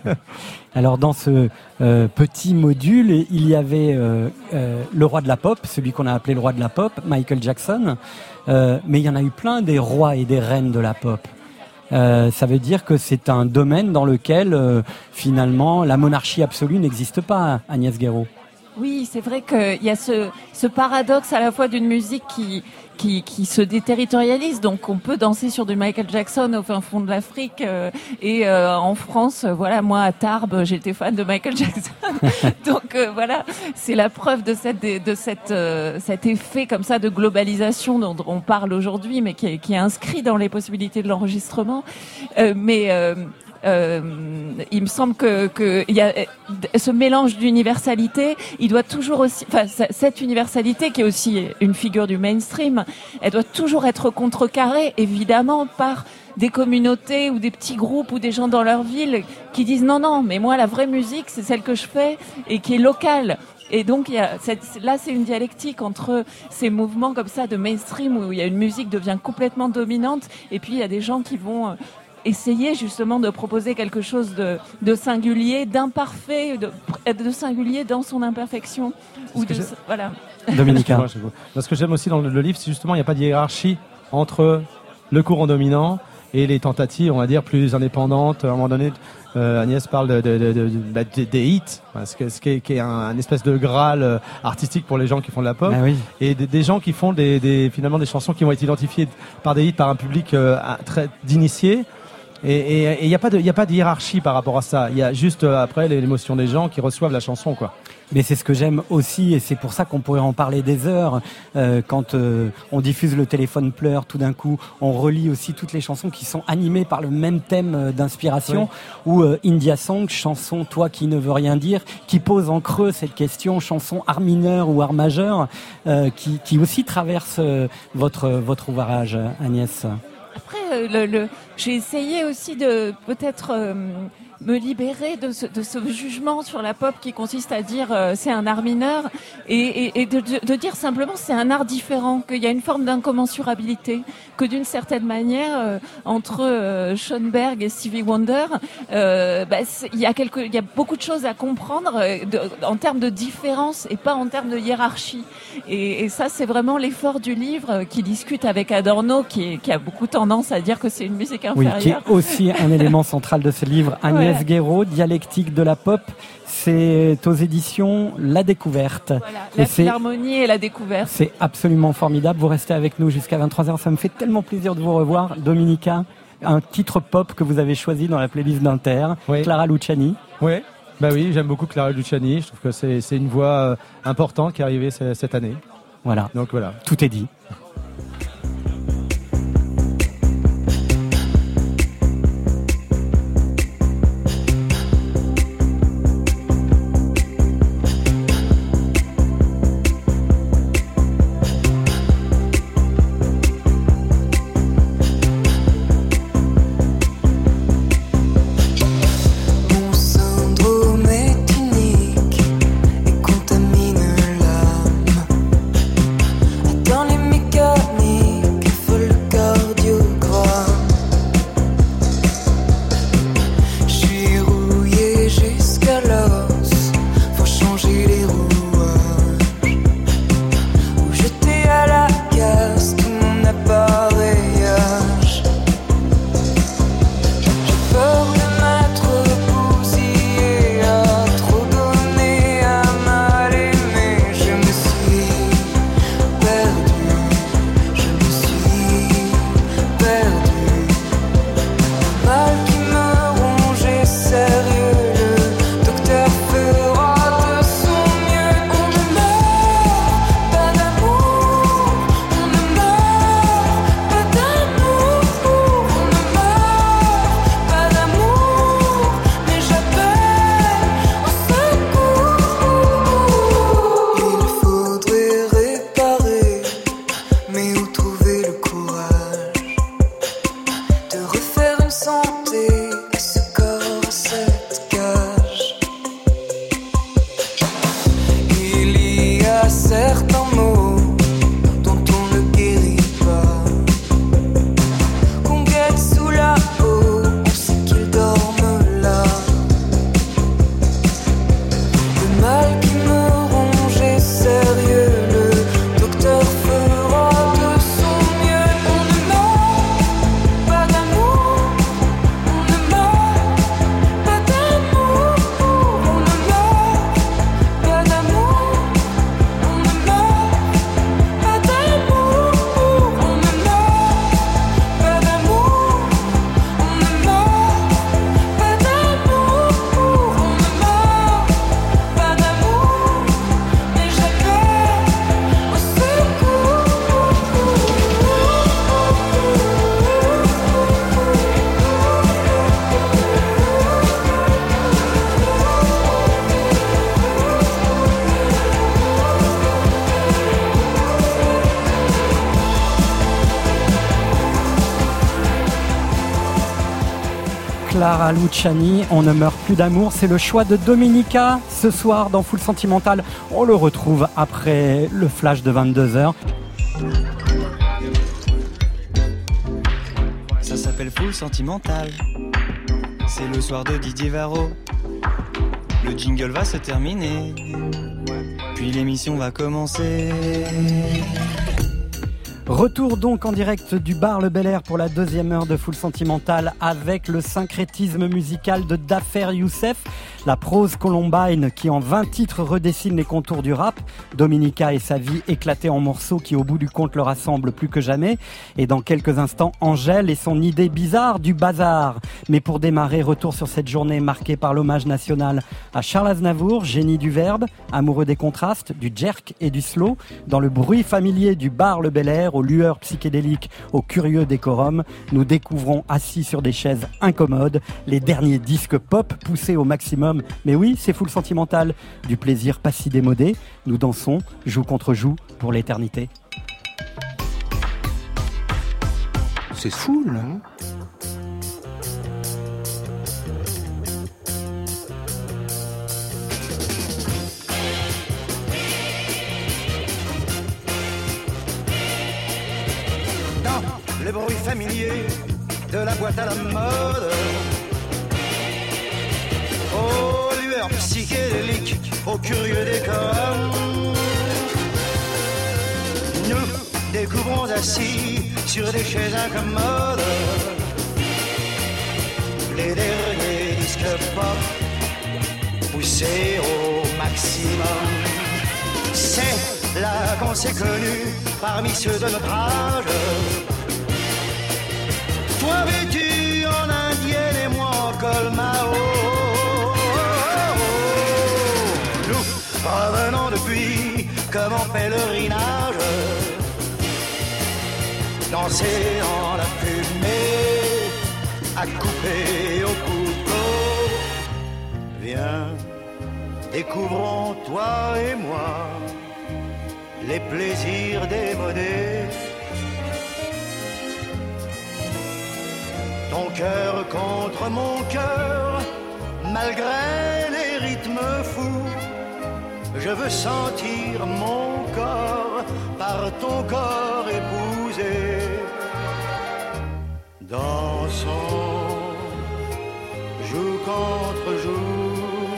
Alors dans ce euh, petit module, il y avait euh, euh, le roi de la pop, celui qu'on a appelé le roi de la pop, Michael Jackson. Euh, mais il y en a eu plein des rois et des reines de la pop. Euh, ça veut dire que c'est un domaine dans lequel euh, finalement la monarchie absolue n'existe pas, Agnès Guéraud. Oui, c'est vrai qu'il y a ce, ce paradoxe à la fois d'une musique qui, qui, qui se déterritorialise. Donc, on peut danser sur du Michael Jackson au fin fond de l'Afrique. Euh, et euh, en France, euh, voilà, moi à Tarbes, j'étais fan de Michael Jackson. Donc euh, voilà, c'est la preuve de cette, de cette, euh, cet effet comme ça de globalisation dont on parle aujourd'hui, mais qui est, qui est inscrit dans les possibilités de l'enregistrement. Euh, mais euh, Euh, il me semble que, que il y a ce mélange d'universalité, il doit toujours aussi, enfin cette universalité qui est aussi une figure du mainstream, elle doit toujours être contrecarrée évidemment par des communautés ou des petits groupes ou des gens dans leur ville qui disent non non mais moi la vraie musique c'est celle que je fais et qui est locale. Et donc il y a cette, là c'est une dialectique entre ces mouvements comme ça de mainstream où il y a une musique devient complètement dominante et puis il y a des gens qui vont essayer justement de proposer quelque chose de, de singulier, d'imparfait, de, de singulier dans son imperfection. Ou de, voilà. Dominique, ce que j'aime aussi dans le, le livre, c'est justement il n'y a pas de hiérarchie entre le courant dominant et les tentatives, on va dire, plus indépendantes. À un moment donné, euh, Agnès parle de, de, de, de, de, de, des hits, ce, que, ce qui est, qui est un, un espèce de graal artistique pour les gens qui font de la pop, ah oui. et des, des gens qui font des, des, finalement des chansons qui vont être identifiées par des hits, par un public euh, très d'initiés. Et il n'y a pas de, il y a pas de hiérarchie par rapport à ça. Il y a juste euh, après l'émotion des gens qui reçoivent la chanson, quoi. Mais c'est ce que j'aime aussi, et c'est pour ça qu'on pourrait en parler des heures. Euh, quand euh, on diffuse Le téléphone pleure, tout d'un coup, on relie aussi toutes les chansons qui sont animées par le même thème euh, d'inspiration. Oui. Ou euh, India Song, chanson Toi qui ne veux rien dire, qui pose en creux cette question, chanson art mineur ou art majeur, euh, qui, qui aussi traverse euh, votre votre ouvrage, Agnès. Après, le, le, j'ai essayé aussi de peut-être euh, me libérer de ce, de ce jugement sur la pop qui consiste à dire euh, c'est un art mineur et, et, et de, de, de dire simplement c'est un art différent, qu'il y a une forme d'incommensurabilité, que d'une certaine manière euh, entre euh, Schoenberg et Stevie Wonder, euh, bah, il y a quelque, il y a beaucoup de choses à comprendre euh, de, en termes de différence et pas en termes de hiérarchie. Et, et ça c'est vraiment l'effort du livre euh, qui discute avec Adorno qui, est, qui a beaucoup tendance à dire que c'est une musique inférieure. Oui, qui est aussi un élément central de ce livre. Agnès Agnès Guéraud, Dialectique de la pop. C'est aux éditions La Découverte. Voilà, la Et c'est- Philharmonie et la Découverte. C'est absolument formidable. Vous restez avec nous jusqu'à vingt-trois heures. Ça me fait tellement plaisir de vous revoir. Dominica, un titre pop que vous avez choisi dans la playlist d'Inter. Oui. Clara Luciani. Oui, bah oui, j'aime beaucoup Clara Luciani. Je trouve que c'est, c'est une voix euh, importante qui est arrivée ce- cette année. Voilà. Donc voilà. Tout est dit. Mon syndrome est unique et contamine l'âme. Dans les mécaniques, faut le cardiogramme. J'suis rouillé jusqu'à l'os, faut changer les rouages. Ou jeter à la casse tout mon appareillage. J'ai peur de m'être bousillé, à trop donner, à mal aimer. Je me suis perdu, je me suis perdu. Mal qui me ronge est sérieux, le docteur fera de son mieux. On ne meurt pas d'amour, on ne meurt pas d'amour, on ne meurt pas d'amour, mais j'appelle au secours. Il faudrait réparer, mais où trouver le courage de refaire une santé à ce corps, à cette cage? Il y a certains mots dont on ne guérit pas, qu'on guette sous la peau, on sait qu'ils dorment là. Le mal qui me ronge est sérieux, le docteur fera de son mieux. On ne meurt pas d'amour, on ne meurt pas d'amour, on ne meurt pas d'amour, on ne meurt pas d'amour, on ne meurt pas d'amour, on ne meurt pas d'amour, on ne meurt pas d'amour, mais j'appelle au secours. Clara Luciani, On ne meurt plus d'amour. C'est le choix de Dominica ce soir dans Full Sentimental. On le retrouve après le flash de vingt-deux heures. Ça s'appelle Full Sentimental. C'est le soir de Didier Varro. Le jingle va se terminer. Puis l'émission va commencer. Retour donc en direct du bar Le Bel Air pour la deuxième heure de Full Sentimental avec le syncrétisme musical de Dafer Youssef, la prose Columbine qui en vingt titres redessine les contours du rap, Dominica et sa vie éclatée en morceaux qui au bout du compte le rassemblent plus que jamais, et dans quelques instants Angèle et son idée bizarre du bazar. Mais pour démarrer, retour sur cette journée marquée par l'hommage national à Charles Aznavour, génie du verbe, amoureux des contrastes, du jerk et du slow, dans le bruit familier du bar Le Bel Air, aux lueurs psychédéliques, aux curieux décorums, nous découvrons assis sur des chaises incommodes les derniers disques pop poussés au maximum. Mais oui, c'est Full Sentimental, du plaisir pas si démodé. Nous dansons, joue contre joue, pour l'éternité. C'est fou, là. Dans les bruits familiers de la boîte à la mode, aux lueurs psychédéliques, aux curieux décors, nous découvrons assis sur des chaises incommodes les derniers disques pop poussé au maximum. C'est là qu'on s'est connus parmi ceux de notre âge. Toi vêtu en indienne et moi en col Mao. Nous revenons depuis comme en pèlerinage, danser en la fumée, à couper au couteau. Viens, découvrons toi et moi les plaisirs démodés. Ton cœur contre mon cœur, malgré les rythmes fous, je veux sentir mon corps par ton corps épousé. Dansons, joue contre joue.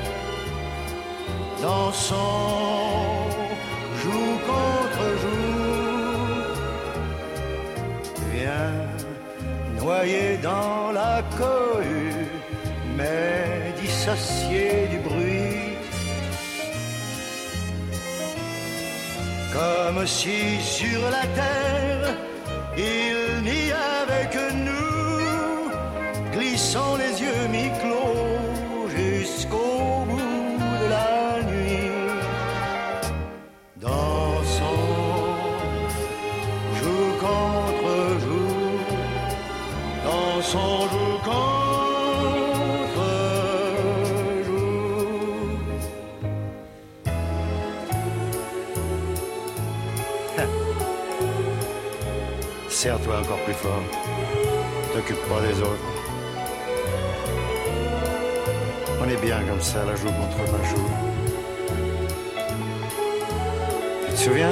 Dansons, joue contre joue. Viens, noyé dans la cohue, mais dissocié du bruit. Comme si sur la terre, il n'y avait que nous, glissant les yeux mi-clos jusqu'au bout de la nuit. Dansons, joue contre joue, dansons, joue contre joue. Serre-toi encore plus fort, t'occupe pas des autres. On est bien comme ça, la joue contre ma joue. Tu te souviens?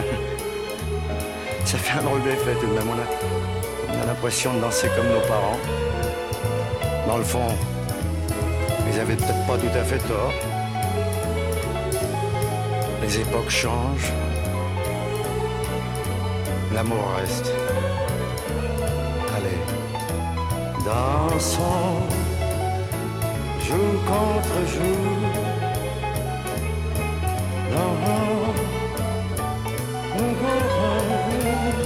Ça fait un drôle d'effet tout de même. On a, on a l'impression de danser comme nos parents. Dans le fond, ils avaient peut-être pas tout à fait tort. Les époques changent. L'amour reste. Allez, dansons, joue contre joue. Dansons, joue contre joue.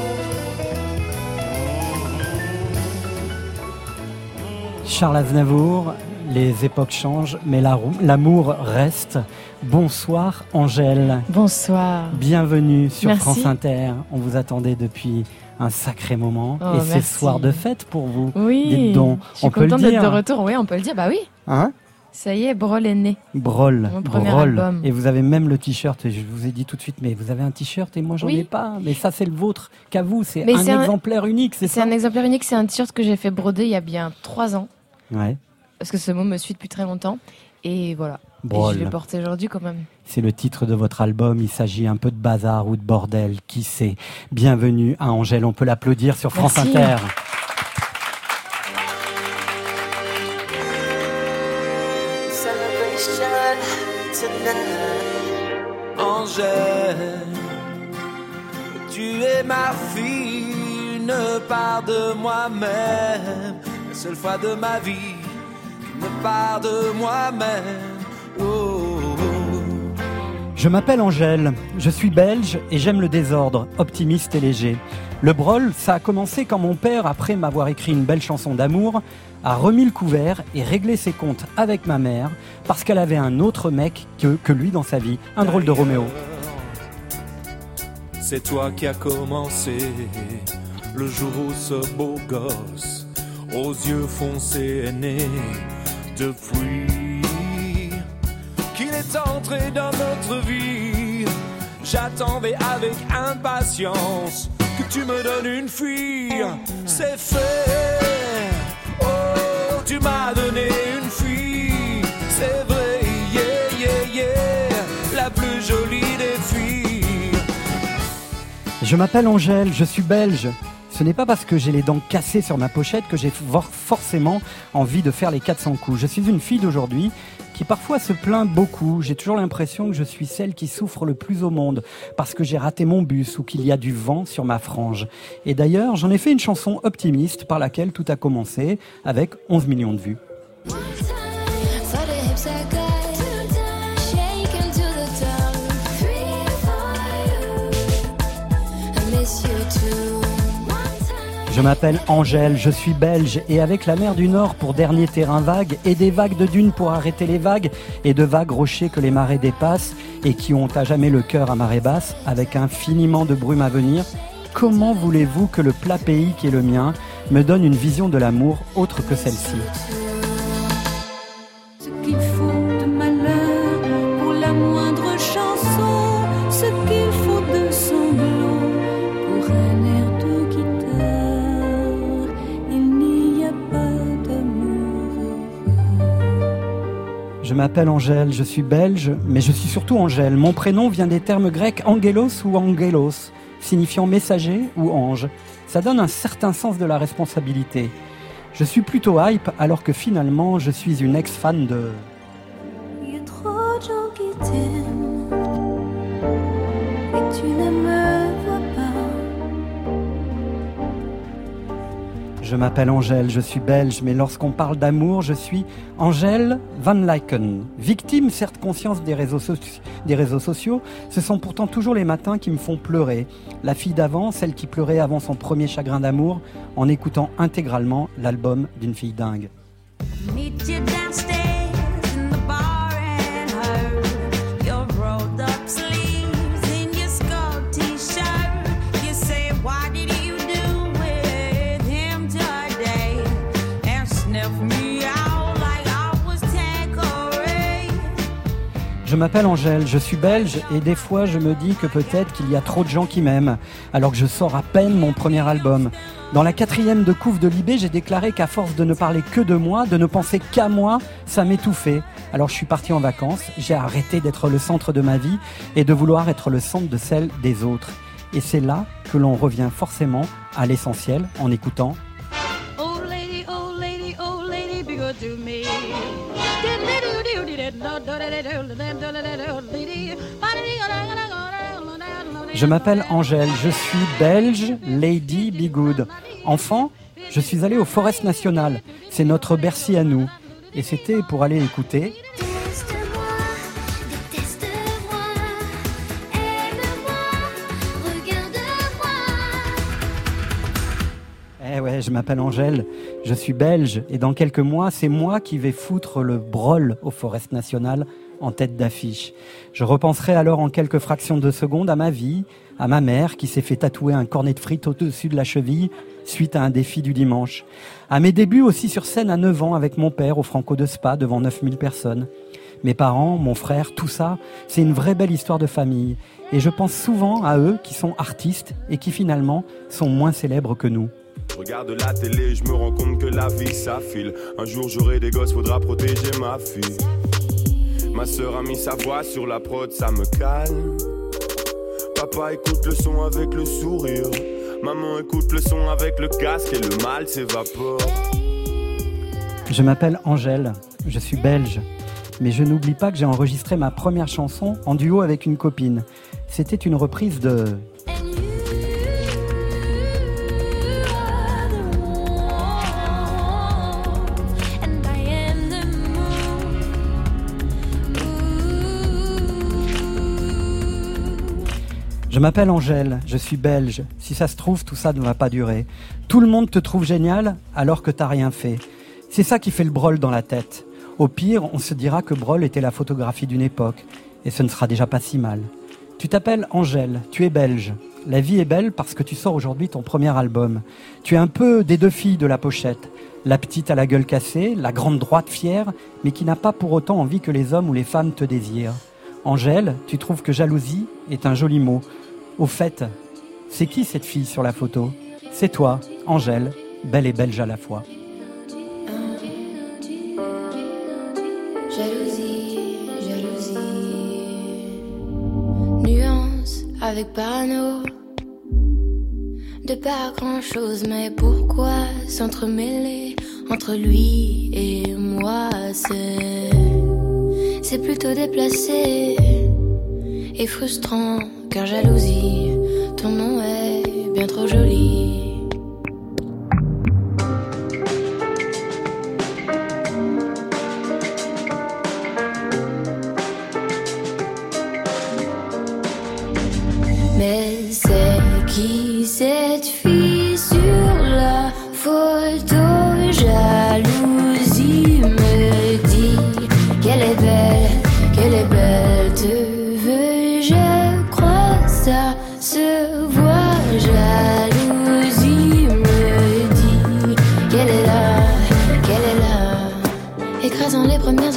Charles Aznavour, les époques changent, mais la rou- l'amour reste. Bonsoir Angèle. Bonsoir. Bienvenue sur Merci. France Inter. On vous attendait depuis un sacré moment. Oh, et c'est merci. soir de fête pour vous. Oui, Dites donc, je suis on peut le contente d'être dire. de retour. Oui, on peut le dire. Bah oui. Hein? Ça y est, Brol est né. Brol, Mon premier Brol. album. Et vous avez même le t-shirt. Et je vous ai dit tout de suite, mais vous avez un t-shirt et moi j'en Oui. ai pas. Mais ça c'est le vôtre qu'à vous. C'est Mais un c'est un- exemplaire unique, c'est C'est ça? un exemplaire unique. C'est un t-shirt que j'ai fait broder il y a bien trois ans. Ouais. Parce que ce mot me suit depuis très longtemps. Et voilà. Brol. Et je l'ai porté aujourd'hui quand même. C'est le titre de votre album. Il s'agit un peu de bazar ou de bordel. Qui sait? Bienvenue à Angèle. On peut l'applaudir sur France Merci. Inter. Angèle, tu es ma fille, une part de moi-même, la seule fois de ma vie, une part de moi-même. Oh, oh, oh. Je m'appelle Angèle, je suis belge et j'aime le désordre, optimiste et léger. Le brol, ça a commencé quand mon père, après m'avoir écrit une belle chanson d'amour, a remis le couvert et réglé ses comptes avec ma mère parce qu'elle avait un autre mec que, que lui dans sa vie, un drôle de Roméo. C'est toi qui as commencé le jour où ce beau gosse aux yeux foncés est né. Depuis qu'il est entré dans notre vie, j'attendais avec impatience que tu me donnes une fille. C'est fait, oh, tu m'as donné une fille. C'est vrai, yeah, yeah, yeah, la plus jolie des filles. Je m'appelle Angèle, je suis belge. Ce n'est pas parce que j'ai les dents cassées sur ma pochette que j'ai for- forcément envie de faire les quatre cents coups. Je suis une fille d'aujourd'hui qui parfois se plaint beaucoup. J'ai toujours l'impression que je suis celle qui souffre le plus au monde parce que j'ai raté mon bus ou qu'il y a du vent sur ma frange. Et d'ailleurs, j'en ai fait une chanson optimiste par laquelle tout a commencé avec onze millions de vues. Je m'appelle Angèle, je suis belge et avec la mer du Nord pour dernier terrain vague et des vagues de dunes pour arrêter les vagues et de vagues rochers que les marées dépassent et qui ont à jamais le cœur à marée basse avec infiniment de brume à venir, comment voulez-vous que le plat pays qui est le mien me donne une vision de l'amour autre que celle-ci ? Ce qu'il faut de malheur pour la moindre chanson, ce qu'il faut de sanglots pour un air de guitare, il n'y a pas d'amour. Je m'appelle Angèle, je suis belge, mais je suis surtout Angèle. Mon prénom vient des termes grecs angelos ou angelos, signifiant messager ou ange. Ça donne un certain sens de la responsabilité. Je suis plutôt hype, alors que finalement, je suis une ex-fan de... Il y a trop de gens qui t'aiment et tu ne me vois pas. Je m'appelle Angèle, je suis belge, mais lorsqu'on parle d'amour, je suis Angèle Van Lycken. Victime, certes consciente des réseaux, so- des réseaux sociaux, ce sont pourtant toujours les matins qui me font pleurer. La fille d'avant, celle qui pleurait avant son premier chagrin d'amour, en écoutant intégralement l'album d'une fille dingue. Meet you downstairs in the bar and her, your rolled up sleeves in your skull t-shirt. You say, what did you do with him today? And sniff me out like I was Tanqueray. Je m'appelle Angèle, je suis belge et des fois je me dis que peut-être qu'il y a trop de gens qui m'aiment, alors que je sors à peine mon premier album. Dans la quatrième de Couve de Libé, j'ai déclaré qu'à force de ne parler que de moi, de ne penser qu'à moi, ça m'étouffait. Alors je suis parti en vacances, j'ai arrêté d'être le centre de ma vie et de vouloir être le centre de celle des autres. Et c'est là que l'on revient forcément à l'essentiel en écoutant. Oh lady, oh lady, oh lady, be good to me. Je m'appelle Angèle, je suis belge, Lady Be Good. Enfant, je suis allé au Forest National. C'est notre Bercy à nous. Et c'était pour aller écouter. Eh ouais, je m'appelle Angèle, je suis belge. Et dans quelques mois, c'est moi qui vais foutre le brol au Forest National en tête d'affiche. Je repenserai alors en quelques fractions de seconde à ma vie, à ma mère qui s'est fait tatouer un cornet de frites au-dessus de la cheville suite à un défi du dimanche. À mes débuts aussi sur scène à neuf ans avec mon père au Franco de Spa devant neuf mille personnes. Mes parents, mon frère, tout ça, c'est une vraie belle histoire de famille. Et je pense souvent à eux qui sont artistes et qui finalement sont moins célèbres que nous. Je regarde la télé, je me rends compte que la vie ça file. Un jour j'aurai des gosses, faudra protéger ma fille. Ma sœur a mis sa voix sur la prod, ça me calme. Papa écoute le son avec le sourire. Maman écoute le son avec le casque et le mal s'évapore. Je m'appelle Angèle, je suis belge. Mais je n'oublie pas que j'ai enregistré ma première chanson en duo avec une copine. C'était une reprise de... Je m'appelle Angèle, je suis belge. Si ça se trouve, tout ça ne va pas durer. Tout le monde te trouve génial alors que t'as rien fait. C'est ça qui fait le brol dans la tête. Au pire, on se dira que Brol était la photographie d'une époque. Et ce ne sera déjà pas si mal. Tu t'appelles Angèle, tu es belge. La vie est belle parce que tu sors aujourd'hui ton premier album. Tu es un peu des deux filles de la pochette. La petite à la gueule cassée, la grande droite fière, mais qui n'a pas pour autant envie que les hommes ou les femmes te désirent. Angèle, tu trouves que jalousie est un joli mot. Au fait, c'est qui cette fille sur la photo ? C'est toi, Angèle, belle et belge à la fois. Jalousie, jalousie, nuance avec parano. De pas grand chose, mais pourquoi s'entremêler entre lui et moi? C'est, c'est plutôt déplacé et frustrant, car jalousie, ton nom est bien trop joli. Mais c'est qui cette fille sur la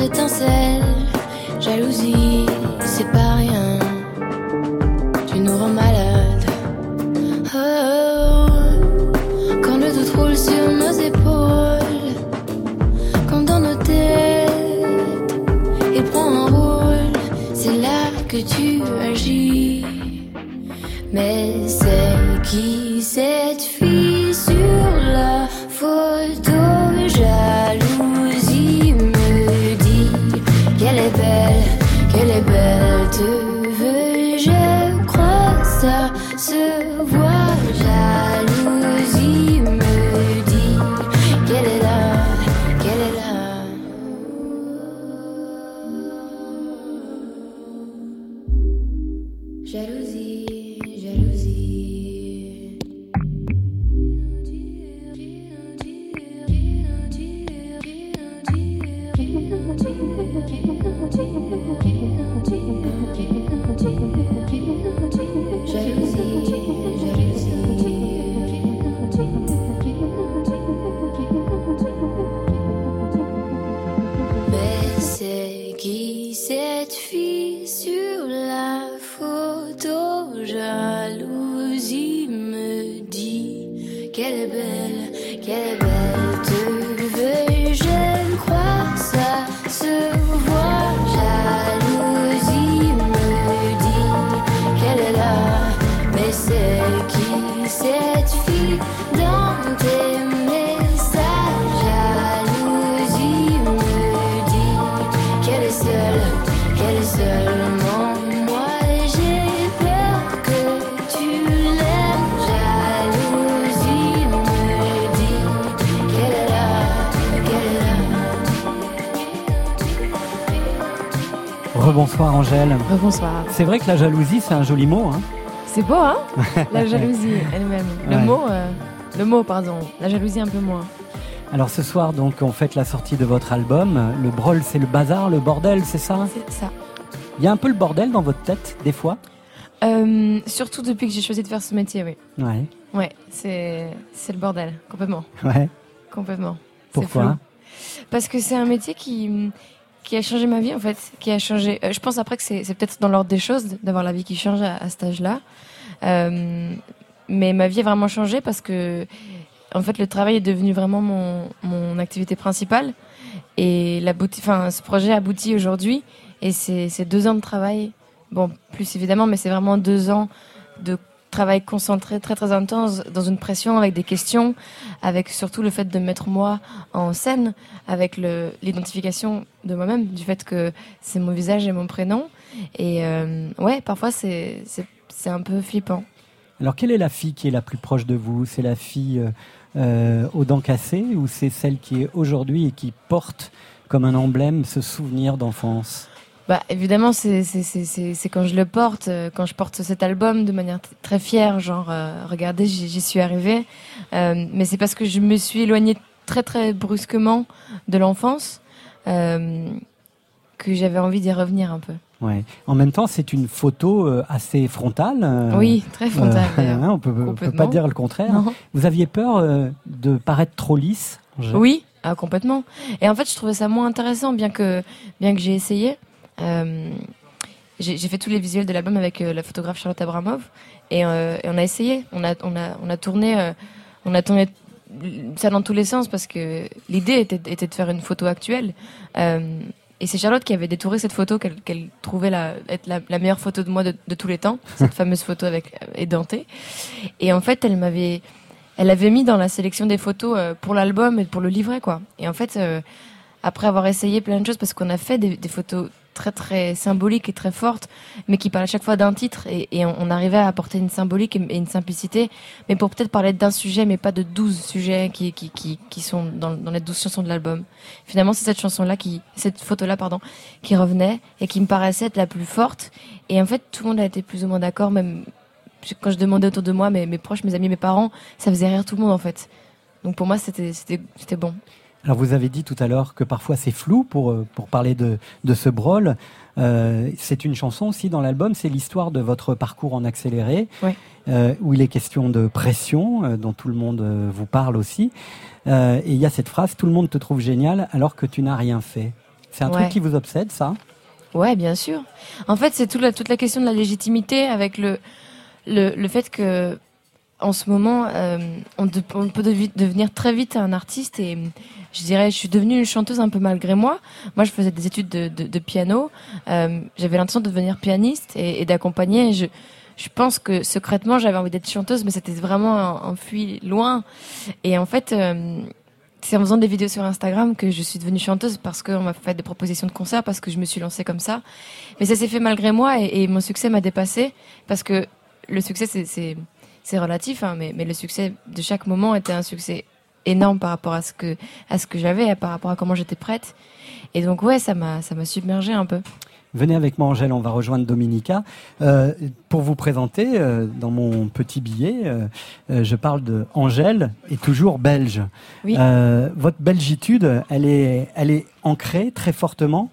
étincelle. Jalousie, c'est pas rien. Tu nous rends malades. Oh, quand le doute roule sur nos épaules, comme dans nos têtes, et prend un rôle, c'est là que tu agis. Mais c'est qui cette fille sur la photo? Jalousie me dit qu'elle est belle, qu'elle est belle. Te veux, je crois, ça se voit. Jalousie me dit qu'elle est là, qu'elle est là. Jalousie, jalousie. Mais c'est qui cette fille sur la photo? Jalousie me dit qu'elle est belle, qu'elle est belle. Te veux, je crois, ça se voit. Jalousie me dit qu'elle est là. Mais c'est qui cette fille dans tes messages? Jalousie me dit qu'elle est seule, qu'elle est seulement moi. J'ai peur que tu l'aimes. Jalousie me dit qu'elle est là, qu'elle est là. Rebonsoir Angèle. Rebonsoir. C'est vrai que la jalousie, c'est un joli mot, hein? C'est beau, hein? La jalousie elle-même. Le Ouais. mot, euh, le mot, pardon. La jalousie un peu moins. Alors ce soir, donc, on fête la sortie de votre album. Le brol, c'est le bazar, le bordel, c'est ça? C'est ça. Il y a un peu le bordel dans votre tête, des fois? Euh, surtout depuis que j'ai choisi de faire ce métier, oui. Ouais. Ouais, c'est, c'est le bordel, complètement. Ouais. Complètement. Pourquoi? C'est flou. Parce que c'est un métier qui, qui a changé ma vie, en fait. Qui a changé. euh, je pense après que c'est, c'est peut-être dans l'ordre des choses d'avoir la vie qui change à, à cet âge-là. Euh, mais ma vie a vraiment changé parce que, en fait, le travail est devenu vraiment mon, mon activité principale. Et l'abouti, enfin, ce projet aboutit aujourd'hui. Et c'est, c'est deux ans de travail. Bon, plus évidemment, mais c'est vraiment deux ans de travail concentré, très très intense, dans une pression, avec des questions, avec surtout le fait de mettre moi en scène, avec le, l'identification de moi-même, du fait que c'est mon visage et mon prénom. Et euh, ouais, parfois c'est, c'est, c'est un peu flippant. Alors quelle est la fille qui est la plus proche de vous? C'est la fille euh, euh, aux dents cassées ou c'est celle qui est aujourd'hui et qui porte comme un emblème ce souvenir d'enfance? Bah, évidemment, c'est, c'est, c'est, c'est, c'est quand je le porte, euh, quand je porte cet album de manière t- très fière, genre, euh, regardez, j'y, j'y suis arrivée. Euh, mais c'est parce que je me suis éloignée très, très brusquement de l'enfance euh, que j'avais envie d'y revenir un peu. Ouais. En même temps, c'est une photo euh, assez frontale. euh, Oui, très frontale, d'ailleurs. hein, on peut, on peut Complètement. pas dire le contraire. Non. Vous aviez peur euh, de paraître trop lisse, Angèle? Oui, ah, complètement. Et en fait, je trouvais ça moins intéressant, bien que, bien que j'ai essayé. Euh, j'ai, j'ai fait tous les visuels de l'album avec euh, la photographe Charlotte Abramov et, euh, et on a essayé, on a, on a, on a tourné, euh, on a tourné ça dans tous les sens parce que l'idée était, était de faire une photo actuelle. Euh, et c'est Charlotte qui avait détouré cette photo qu'elle, qu'elle trouvait la, être la, la meilleure photo de moi de, de tous les temps, cette fameuse photo avec euh, édentée. Et en fait, elle m'avait, elle avait mis dans la sélection des photos euh, pour l'album et pour le livret, quoi. Et en fait, euh, après avoir essayé plein de choses, parce qu'on a fait des, des photos très très symboliques et très fortes, mais qui parlent à chaque fois d'un titre, et, et on, on arrivait à apporter une symbolique et, et une simplicité, mais pour peut-être parler d'un sujet, mais pas de douze sujets qui, qui, qui, qui sont dans, dans les douze chansons de l'album. Finalement, c'est cette chanson-là, qui, cette photo-là, pardon, qui revenait, et qui me paraissait être la plus forte, et en fait, tout le monde a été plus ou moins d'accord, même quand je demandais autour de moi, mes, mes proches, mes amis, mes parents, ça faisait rire tout le monde, en fait. Donc pour moi, c'était, c'était, c'était bon. Alors vous avez dit tout à l'heure que parfois c'est flou pour, pour parler de, de ce brol. Euh, c'est une chanson aussi dans l'album, c'est l'histoire de votre parcours en accéléré, ouais. euh, où il est question de pression, euh, dont tout le monde euh, vous parle aussi. Euh, et il y a cette phrase, tout le monde te trouve génial alors que tu n'as rien fait. C'est un Ouais. truc qui vous obsède, ça? Ouais, bien sûr. En fait, c'est toute la, toute la question de la légitimité avec le, le, le fait que, en ce moment, euh, on, de- on peut devi- devenir très vite un artiste et je dirais, je suis devenue une chanteuse un peu malgré moi. Moi, je faisais des études de, de, de piano. Euh, j'avais l'intention de devenir pianiste et, et d'accompagner. Je, je pense que secrètement, j'avais envie d'être chanteuse, mais c'était vraiment enfui loin. Et en fait, euh, c'est en faisant des vidéos sur Instagram que je suis devenue chanteuse parce qu'on m'a fait des propositions de concerts, parce que je me suis lancée comme ça. Mais ça s'est fait malgré moi et, et mon succès m'a dépassée parce que le succès, c'est, c'est, c'est relatif, hein, mais, mais le succès de chaque moment était un succès énorme par rapport à ce que, à ce que j'avais, par rapport à comment j'étais prête. Et donc, ouais, ça m'a, ça m'a submergée un peu. Venez avec moi, Angèle, on va rejoindre Dominica. Euh, pour vous présenter, euh, dans mon petit billet, euh, euh, je parle de Angèle et toujours belge. Oui. Euh, votre belgitude, elle est, elle est ancrée très fortement.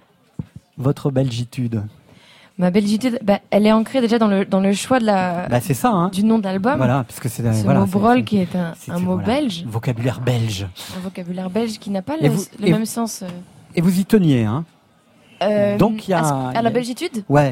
Votre belgitude. Ma belgitude, bah, elle est ancrée déjà dans le, dans le choix de la, Bah, c'est ça, hein. du nom d'album. Voilà, parce que c'est Ce voilà, mot c'est- brol c'est- qui est un, c'est- un c'est- mot voilà, belge, vocabulaire belge. un vocabulaire belge qui n'a pas Et le, vous- le et même vous- sens. euh. Et vous y teniez, hein. Euh, Donc il y a, à, ce- il y à la a- belgitude. Ouais.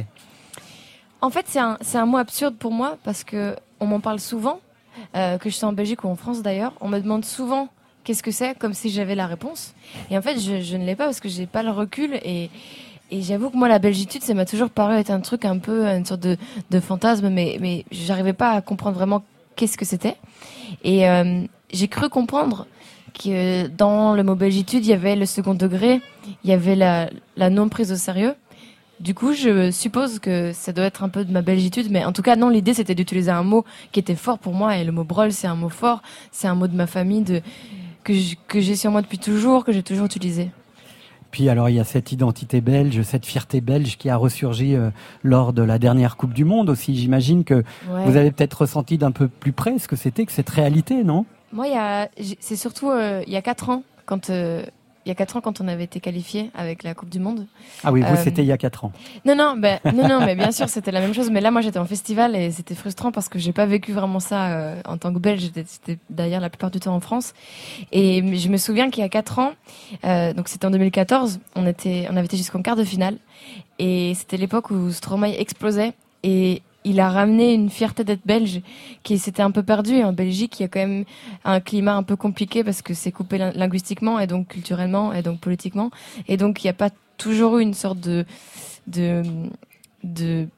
En fait, c'est un, c'est un mot absurde pour moi parce que on m'en parle souvent, euh, que je sois en Belgique ou en France d'ailleurs. On me demande souvent qu'est-ce que c'est, comme si j'avais la réponse. Et en fait, je, je ne l'ai pas parce que j'ai pas le recul. Et, et j'avoue que moi, la belgitude, ça m'a toujours paru être un truc un peu, une sorte de, de fantasme, mais, mais j'arrivais pas à comprendre vraiment qu'est-ce que c'était. Et euh, j'ai cru comprendre que dans le mot belgitude, il y avait le second degré, il y avait la, la non prise au sérieux. Du coup, je suppose que ça doit être un peu de ma belgitude, mais en tout cas, non, l'idée c'était d'utiliser un mot qui était fort pour moi, et le mot brol, c'est un mot fort, c'est un mot de ma famille, de, que, je- que j'ai sur moi depuis toujours, que j'ai toujours utilisé. Puis alors il y a cette identité belge, cette fierté belge qui a ressurgi euh, lors de la dernière Coupe du Monde aussi. J'imagine que Ouais. vous avez peut-être ressenti d'un peu plus près ce que c'était que cette réalité, non? Moi, il y a, j'ai- c'est surtout euh, il y a quatre ans, quand euh, il y a quatre ans quand on avait été qualifié avec la Coupe du Monde. Ah oui, vous Euh, c'était il y a quatre ans. Non, non, ben, non, non, mais bien sûr, c'était la même chose. Mais là, moi, j'étais en festival et c'était frustrant parce que j'ai pas vécu vraiment ça euh, en tant que Belge. J'étais, j'étais d'ailleurs la plupart du temps en France. Et je me souviens qu'il y a quatre ans, euh, donc c'était en deux mille quatorze, on était, on avait été jusqu'en quart de finale. Et c'était l'époque où Stromae explosait. Et il a ramené une fierté d'être belge qui s'était un peu perdue. Et en Belgique, il y a quand même un climat un peu compliqué parce que c'est coupé lin- linguistiquement et donc culturellement et donc politiquement. Et donc, il n'y a pas toujours eu une sorte de, de, de,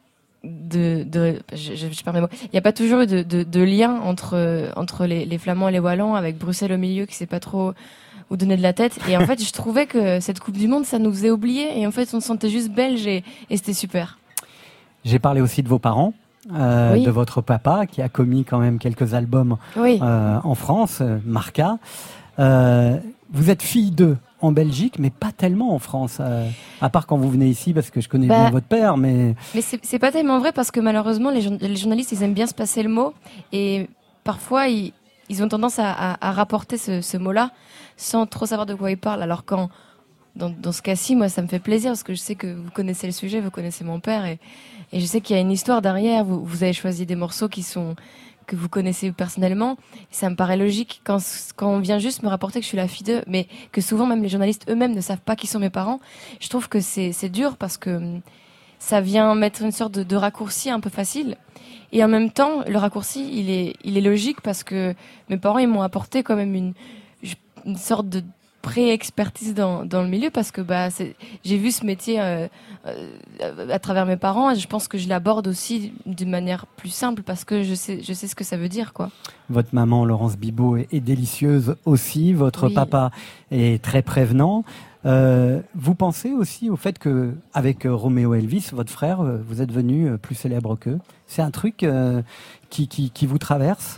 de, de je, je, je perds mes mots. Il n'y a pas toujours eu de, de, de lien entre, entre les, les Flamands et les Wallons, avec Bruxelles au milieu qui sait pas trop où donner de la tête. Et en fait, je trouvais que cette Coupe du Monde, ça nous faisait oublier. Et en fait, on se sentait juste belge et, et c'était super. J'ai parlé aussi de vos parents, euh, Oui. de votre papa qui a commis quand même quelques albums Oui. euh, en France, euh, Marca. Euh, vous êtes fille d'eux en Belgique, mais pas tellement en France, euh, à part quand vous venez ici, parce que je connais Bah, bien votre père, mais... Mais c'est c'est pas tellement vrai parce que malheureusement, les, jour- les journalistes, ils aiment bien se passer le mot. Et parfois, ils, ils ont tendance à, à, à rapporter ce, ce mot-là sans trop savoir de quoi ils parlent. Alors quand, dans, dans ce cas-ci, moi, ça me fait plaisir parce que je sais que vous connaissez le sujet, vous connaissez mon père et, et je sais qu'il y a une histoire derrière. Vous, vous avez choisi des morceaux qui sont que vous connaissez personnellement. Ça me paraît logique quand, quand on vient juste me rapporter que je suis la fille d'eux, mais que souvent même les journalistes eux-mêmes ne savent pas qui sont mes parents. Je trouve que c'est c'est dur parce que hum, ça vient mettre une sorte de, de raccourci un peu facile. Et en même temps, le raccourci, il est, il est logique parce que mes parents, ils m'ont apporté quand même une, une sorte de pré-expertise dans, dans le milieu parce que bah, c'est- j'ai vu ce métier euh, euh, à travers mes parents et je pense que je l'aborde aussi d'une manière plus simple parce que je sais, je sais ce que ça veut dire, quoi. Votre maman, Laurence Bibot, est, est délicieuse aussi. Votre Oui. papa est très prévenant. Euh, vous pensez aussi au fait que, avec euh, Roméo Elvis, votre frère, euh, vous êtes devenu euh, plus célèbre qu'eux. C'est un truc euh, qui, qui, qui vous traverse?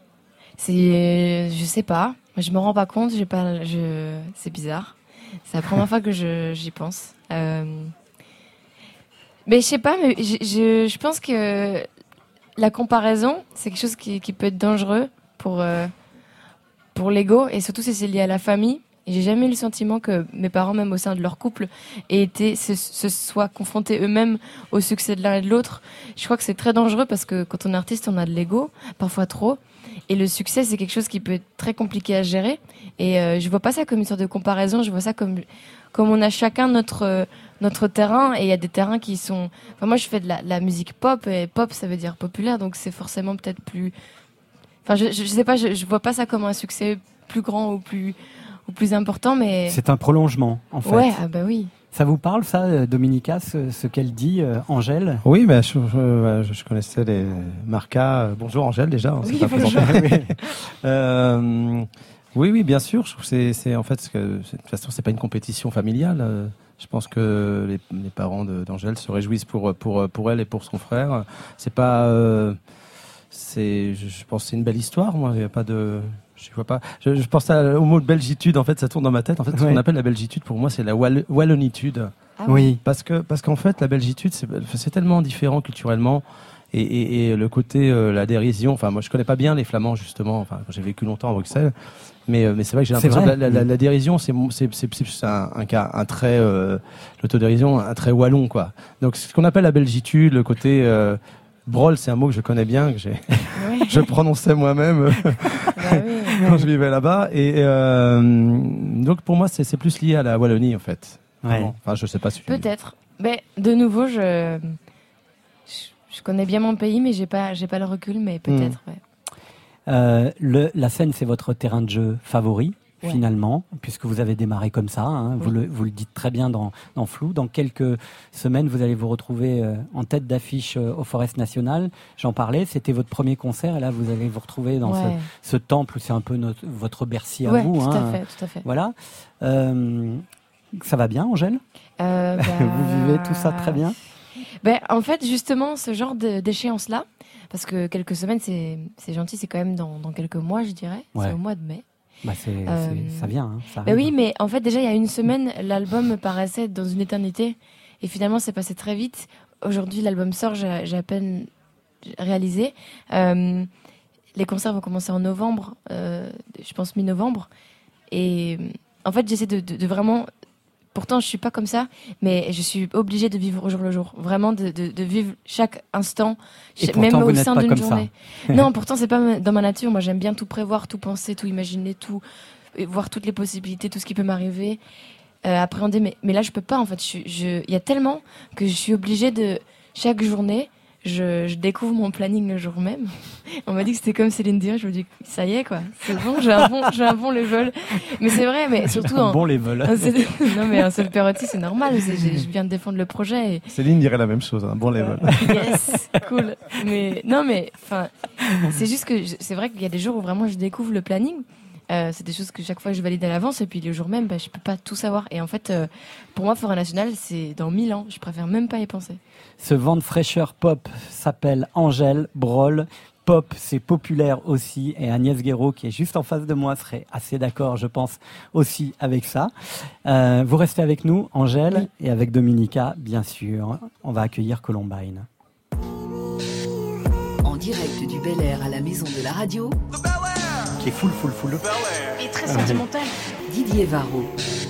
C'est, je sais pas. Je me rends pas compte. J'ai pas, je, c'est bizarre. C'est la première fois que je, j'y pense. Euh, mais je sais pas. Mais je, je, je pense que la comparaison, c'est quelque chose qui, qui peut être dangereux pour, euh, pour l'ego et surtout si c'est lié à la famille. Et j'ai jamais eu le sentiment que mes parents, même au sein de leur couple, aient été, se, se soient confrontés eux-mêmes au succès de l'un et de l'autre. Je crois que c'est très dangereux parce que quand on est artiste, on a de l'ego, parfois trop. Et le succès, c'est quelque chose qui peut être très compliqué à gérer. Et euh, je vois pas ça comme une sorte de comparaison, je vois ça comme, comme on a chacun notre, euh, notre terrain. Et il y a des terrains qui sont... Enfin, moi, je fais de la, la musique pop, et pop, ça veut dire populaire, donc c'est forcément peut-être plus... Enfin, je, je, je sais pas, je, je vois pas ça comme un succès plus grand ou plus... ou plus important, mais... C'est un prolongement, en fait. Ouais, ah bah oui. Ça vous parle, ça, Dominica, ce, ce qu'elle dit, euh, Angèle? Oui, bah, je, je, je connaissais les marcas. Bonjour Angèle, déjà. On oui, s'est pas bonjour. présenté. euh, oui, oui, bien sûr. Je trouve que c'est, c'est en fait, que, de toute façon, c'est pas une compétition familiale. Je pense que les, les parents de, d'Angèle se réjouissent pour, pour, pour elle et pour son frère. C'est pas... Euh, c'est, je, je pense que c'est une belle histoire. Moi, il n'y a pas de... Je vois pas. Je, je pense à, au mot de belgitude. En fait, ça tourne dans ma tête. En fait, ce ouais. qu'on appelle la belgitude, pour moi, c'est la wall- wallonitude. Ah oui. Parce que, parce qu'en fait, la belgitude, c'est, c'est tellement différent culturellement. Et, et, et le côté, euh, la dérision. Enfin, moi, je connais pas bien les Flamands, justement. Enfin, j'ai vécu longtemps à Bruxelles. Mais, euh, mais c'est vrai que j'ai l'impression que la, la, la, la dérision, c'est, c'est, c'est, c'est un, un cas, un trait, euh, l'autodérision, un trait wallon, quoi. Donc, ce qu'on appelle la belgitude, le côté, euh, Brol, c'est un mot que je connais bien, que j'ai, oui. je prononçais moi-même bah oui, quand je vivais là-bas. Et euh, donc pour moi, c'est, c'est plus lié à la Wallonie, en fait. Ouais. Enfin, je sais pas si. Peut-être. Mais de nouveau, je, je, je connais bien mon pays, mais j'ai pas, j'ai pas le recul, mais peut-être. Mmh. Ouais. Euh, le, la scène, c'est votre terrain de jeu favori. Ouais. Finalement, puisque vous avez démarré comme ça, hein, oui. vous, le, vous le dites très bien dans, dans Flou. Dans quelques semaines, vous allez vous retrouver euh, en tête d'affiche euh, au Forest National. J'en parlais, c'était votre premier concert, et là, vous allez vous retrouver dans ouais. ce, ce temple, c'est un peu notre, votre Bercy à ouais, vous. Tout hein, à fait, tout à fait. Voilà. Euh, ça va bien, Angèle euh, bah... Vous vivez tout ça très bien? Ben, en fait, justement, ce genre de, d'échéance-là, parce que quelques semaines, c'est, c'est gentil, c'est quand même dans, dans quelques mois, je dirais. Ouais. C'est au mois de mai. Bah c'est, euh, c'est, ça vient, hein, ça bah oui, mais en fait, déjà, il y a une semaine, l'album me paraissait dans une éternité. Et finalement, c'est passé très vite. Aujourd'hui, l'album sort, j'ai, j'ai à peine réalisé. Euh, les concerts vont commencer en novembre, euh, je pense mi-novembre. Et en fait, j'essaie de, de, de vraiment... Pourtant, je suis pas comme ça, mais je suis obligée de vivre au jour le jour. Vraiment, de, de, de vivre chaque instant, ch- même pourtant, au sein d'une comme journée. Non, pourtant, c'est pas dans ma nature. Moi, j'aime bien tout prévoir, tout penser, tout imaginer, tout voir toutes les possibilités, tout ce qui peut m'arriver, euh, appréhender. Mais, mais là, je peux pas. En fait, il je, y a tellement que je suis obligée de chaque journée. Je, je découvre mon planning le jour même. On m'a dit que c'était comme Céline Dion. Je me dis, ça y est, quoi. C'est bon, j'ai un bon, j'ai un bon level. Mais c'est vrai, mais surtout un un bon level. Un seul, non, mais un seul période, c'est normal. C'est, je viens de défendre le projet. Et... Céline dirait la même chose, un bon level. Yes, cool. Mais non, mais enfin, c'est juste que je, c'est vrai qu'il y a des jours où vraiment je découvre le planning. Euh, c'est des choses que chaque fois je valide à l'avance et puis le jour même, bah, je peux pas tout savoir. Et en fait, euh, pour moi, Forêt Nationale, c'est dans mille ans. Je préfère même pas y penser. Ce vent de fraîcheur pop s'appelle Angèle Brol. Pop, c'est populaire aussi. Et Agnès Guéraud, qui est juste en face de moi, serait assez d'accord, je pense, aussi avec ça. Euh, vous restez avec nous, Angèle, oui. Et avec Dominica, bien sûr. On va accueillir Columbine. En direct du Bel Air à la maison de la radio. Qui est full, full, full. Et très sentimental. Didier Varro.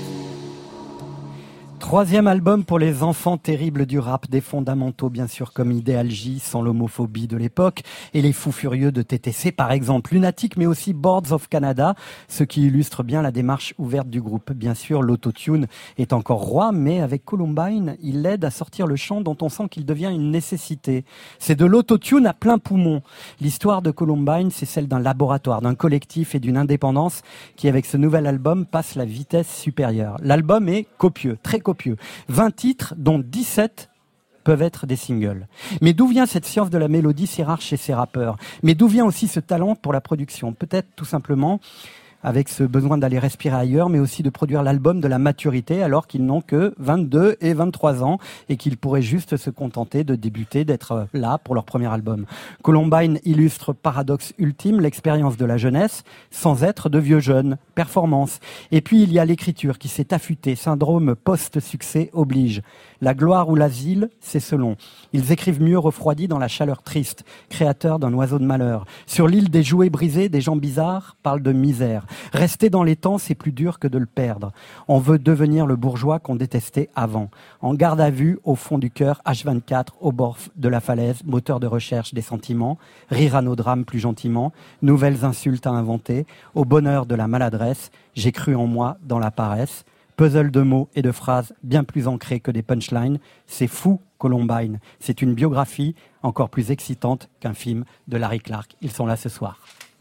Troisième album pour les enfants terribles du rap, des fondamentaux bien sûr comme Idéal J, sans l'homophobie de l'époque, et les fous furieux de T T C par exemple, Lunatic mais aussi Boards of Canada, ce qui illustre bien la démarche ouverte du groupe. Bien sûr, l'autotune est encore roi, mais avec Columbine, il l'aide à sortir le chant dont on sent qu'il devient une nécessité. C'est de l'autotune à plein poumon. L'histoire de Columbine, c'est celle d'un laboratoire, d'un collectif et d'une indépendance qui, avec ce nouvel album, passe la vitesse supérieure. L'album est copieux, très copieux. vingt titres, dont dix-sept peuvent être des singles. Mais d'où vient cette science de la mélodie si rare chez ces rappeurs? Mais d'où vient aussi ce talent pour la production? Peut-être tout simplement avec ce besoin d'aller respirer ailleurs, mais aussi de produire l'album de la maturité, alors qu'ils n'ont que vingt-deux et vingt-trois ans, et qu'ils pourraient juste se contenter de débuter, d'être là pour leur premier album. Columbine illustre paradoxe ultime, l'expérience de la jeunesse, sans être de vieux jeunes. Performance. Et puis il y a l'écriture qui s'est affûtée, syndrome post-succès oblige. La gloire ou l'asile, c'est selon. Ils écrivent mieux refroidis dans la chaleur triste, créateurs d'un oiseau de malheur. Sur l'île des jouets brisés, des gens bizarres parlent de misère. Rester dans les temps, c'est plus dur que de le perdre. On veut devenir le bourgeois qu'on détestait avant. En garde à vue, au fond du cœur, H vingt-quatre, au bord de la falaise, moteur de recherche des sentiments, rire à nos drames plus gentiment, nouvelles insultes à inventer, au bonheur de la maladresse, j'ai cru en moi dans la paresse. Puzzle de mots et de phrases bien plus ancrés que des punchlines. C'est fou, Columbine. C'est une biographie encore plus excitante qu'un film de Larry Clark. Ils sont là ce soir.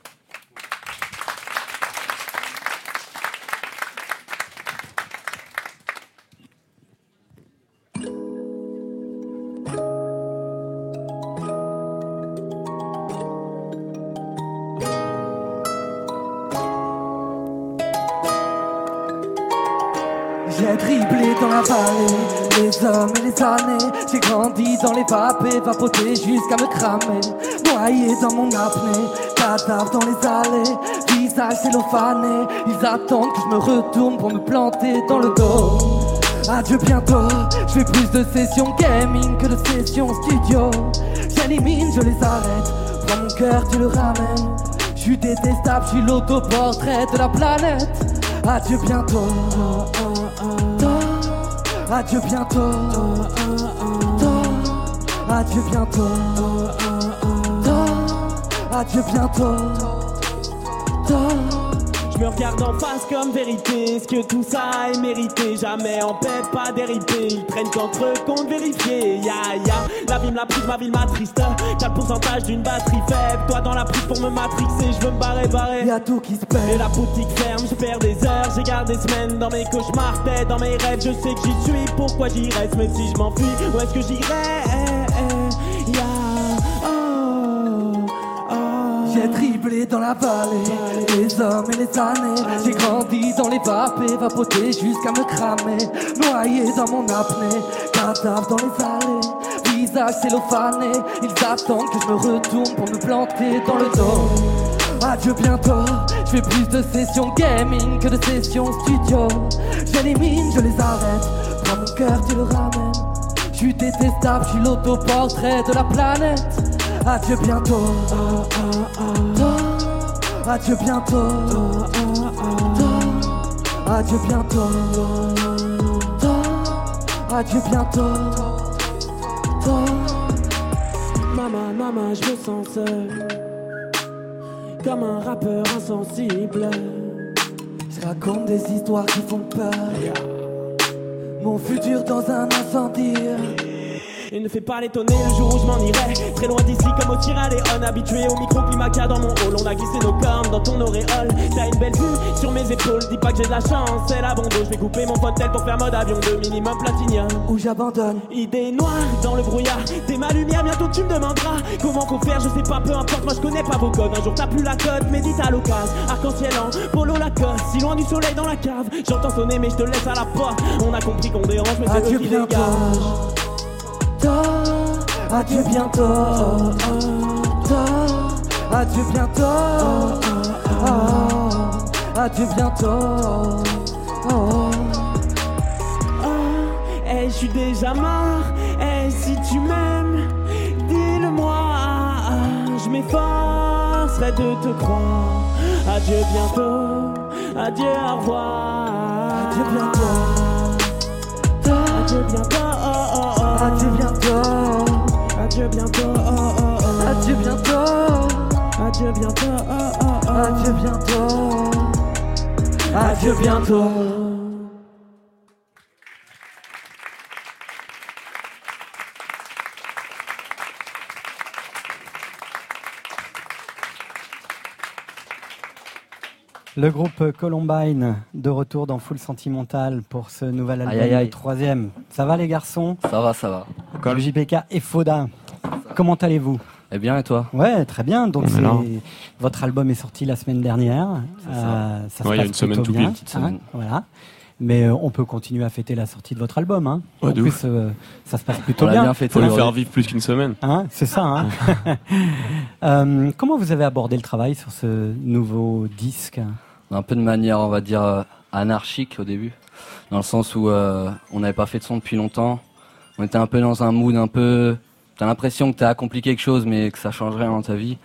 J'ai dribblé dans la vallée, les hommes et les années. J'ai grandi dans les vapes et vapoté jusqu'à me cramer. Noyé dans mon apnée, cadavre dans les allées, visage cellophané. Ils attendent que je me retourne pour me planter dans le dos. Adieu bientôt, je fais plus de sessions gaming que de sessions studio. J'élimine, je les arrête, prends mon cœur, tu le ramènes. Je suis détestable, je suis l'autoportrait de la planète. Adieu bientôt. Adieu bientôt, adieu bientôt, adieu bientôt. Je me regarde en face comme vérité. Est-ce que tout ça est mérité? Jamais en paix, pas déripé. Ils traînent qu'entre eux compte vérifier. Ya ya, la vie me l'a prise, ma vie m'attriste. T'as le pourcentage d'une batterie faible. Toi dans la prise pour me matrixer, je veux me barrer, barrer. Y'a tout qui se perd. Et la boutique ferme, je perds des heures. J'ai gardé des semaines dans mes cauchemars, tête dans mes rêves. Je sais que j'y suis, pourquoi j'y reste? Mais si je m'enfuis, où est-ce que j'irai? Ya. J'ai dribblé dans la vallée, les hommes et les années. J'ai grandi dans les vapes et vapoté jusqu'à me cramer. Noyé dans mon apnée, cadavre dans les allées, visage cellophané. Ils attendent que je me retourne pour me planter dans le dos. Adieu bientôt, je fais plus de sessions gaming que de sessions studio. J'élimine, je les arrête, prends mon cœur, tu le ramènes. Je suis détestable, je suis l'autoportrait de la planète. Adieu bientôt, adieu bientôt, adieu bientôt, adieu bientôt. Maman, maman, je me sens seul, comme un rappeur insensible. Je raconte des histoires qui font peur, mon futur dans un incendie. Et ne fais pas l'étonner le jour où je m'en irai. Très loin d'ici comme au Sierra Leone. Habitué au microclimat qu'il y a dans mon hall. On a glissé nos cornes dans ton auréole. T'as une belle vue sur mes épaules. Dis pas que j'ai de la chance, c'est l'abandon. Je vais couper mon potel pour faire mode avion de minimum platinium. Où j'abandonne. Idée noire dans le brouillard. T'es ma lumière, bientôt tu me demanderas comment faut faire, je sais pas, peu importe. Moi je connais pas vos codes. Un jour t'as plus la cote, médite à l'occasion. Arc-en-ciel en polo Lacoste. Si loin du soleil dans la cave. J'entends sonner mais je te laisse à la porte. On a compris qu'on dérange mais c'est eux qui dégagent. Adieu bientôt, adieu bientôt, adieu bientôt. Eh, je suis déjà mort. Eh, si tu m'aimes, dis-le-moi. Je m'efforcerai de te croire. Adieu bientôt, adieu, au revoir. Adieu bientôt, adieu bientôt, adieu bientôt. Adieu bientôt, oh, oh, oh. Adieu bientôt, adieu bientôt, oh, oh, oh. Adieu bientôt, adieu bientôt. Le groupe Columbine, de retour dans Full Sentimental pour ce nouvel album, Aïe, aïe, aïe. le troisième. Ça va les garçons? Ça va, ça va. Comme J P K et Foda. Comment allez-vous? Eh bien, et toi? Ouais, très bien. Donc, On est c'est... là. votre album est sorti la semaine dernière. C'est ça. Euh, ça Ouais, se il y a passe une semaine plutôt tout bien. pile, petite semaine. Voilà. Mais euh, on peut continuer à fêter la sortie de votre album. Hein. Ouais, en de plus, ouf. euh, ça se passe plutôt On l'a bien. bien fêté Faut le aujourd'hui. faire vivre plus qu'une semaine. Hein, c'est ça. Hein. Euh, comment vous avez abordé le travail sur ce nouveau disque? Un peu de manière, on va dire, euh, anarchique au début. Dans le sens où euh, on n'avait pas fait de son depuis longtemps. On était un peu dans un mood un peu... T'as l'impression que t'as accompli quelque chose, mais que ça change rien dans ta vie.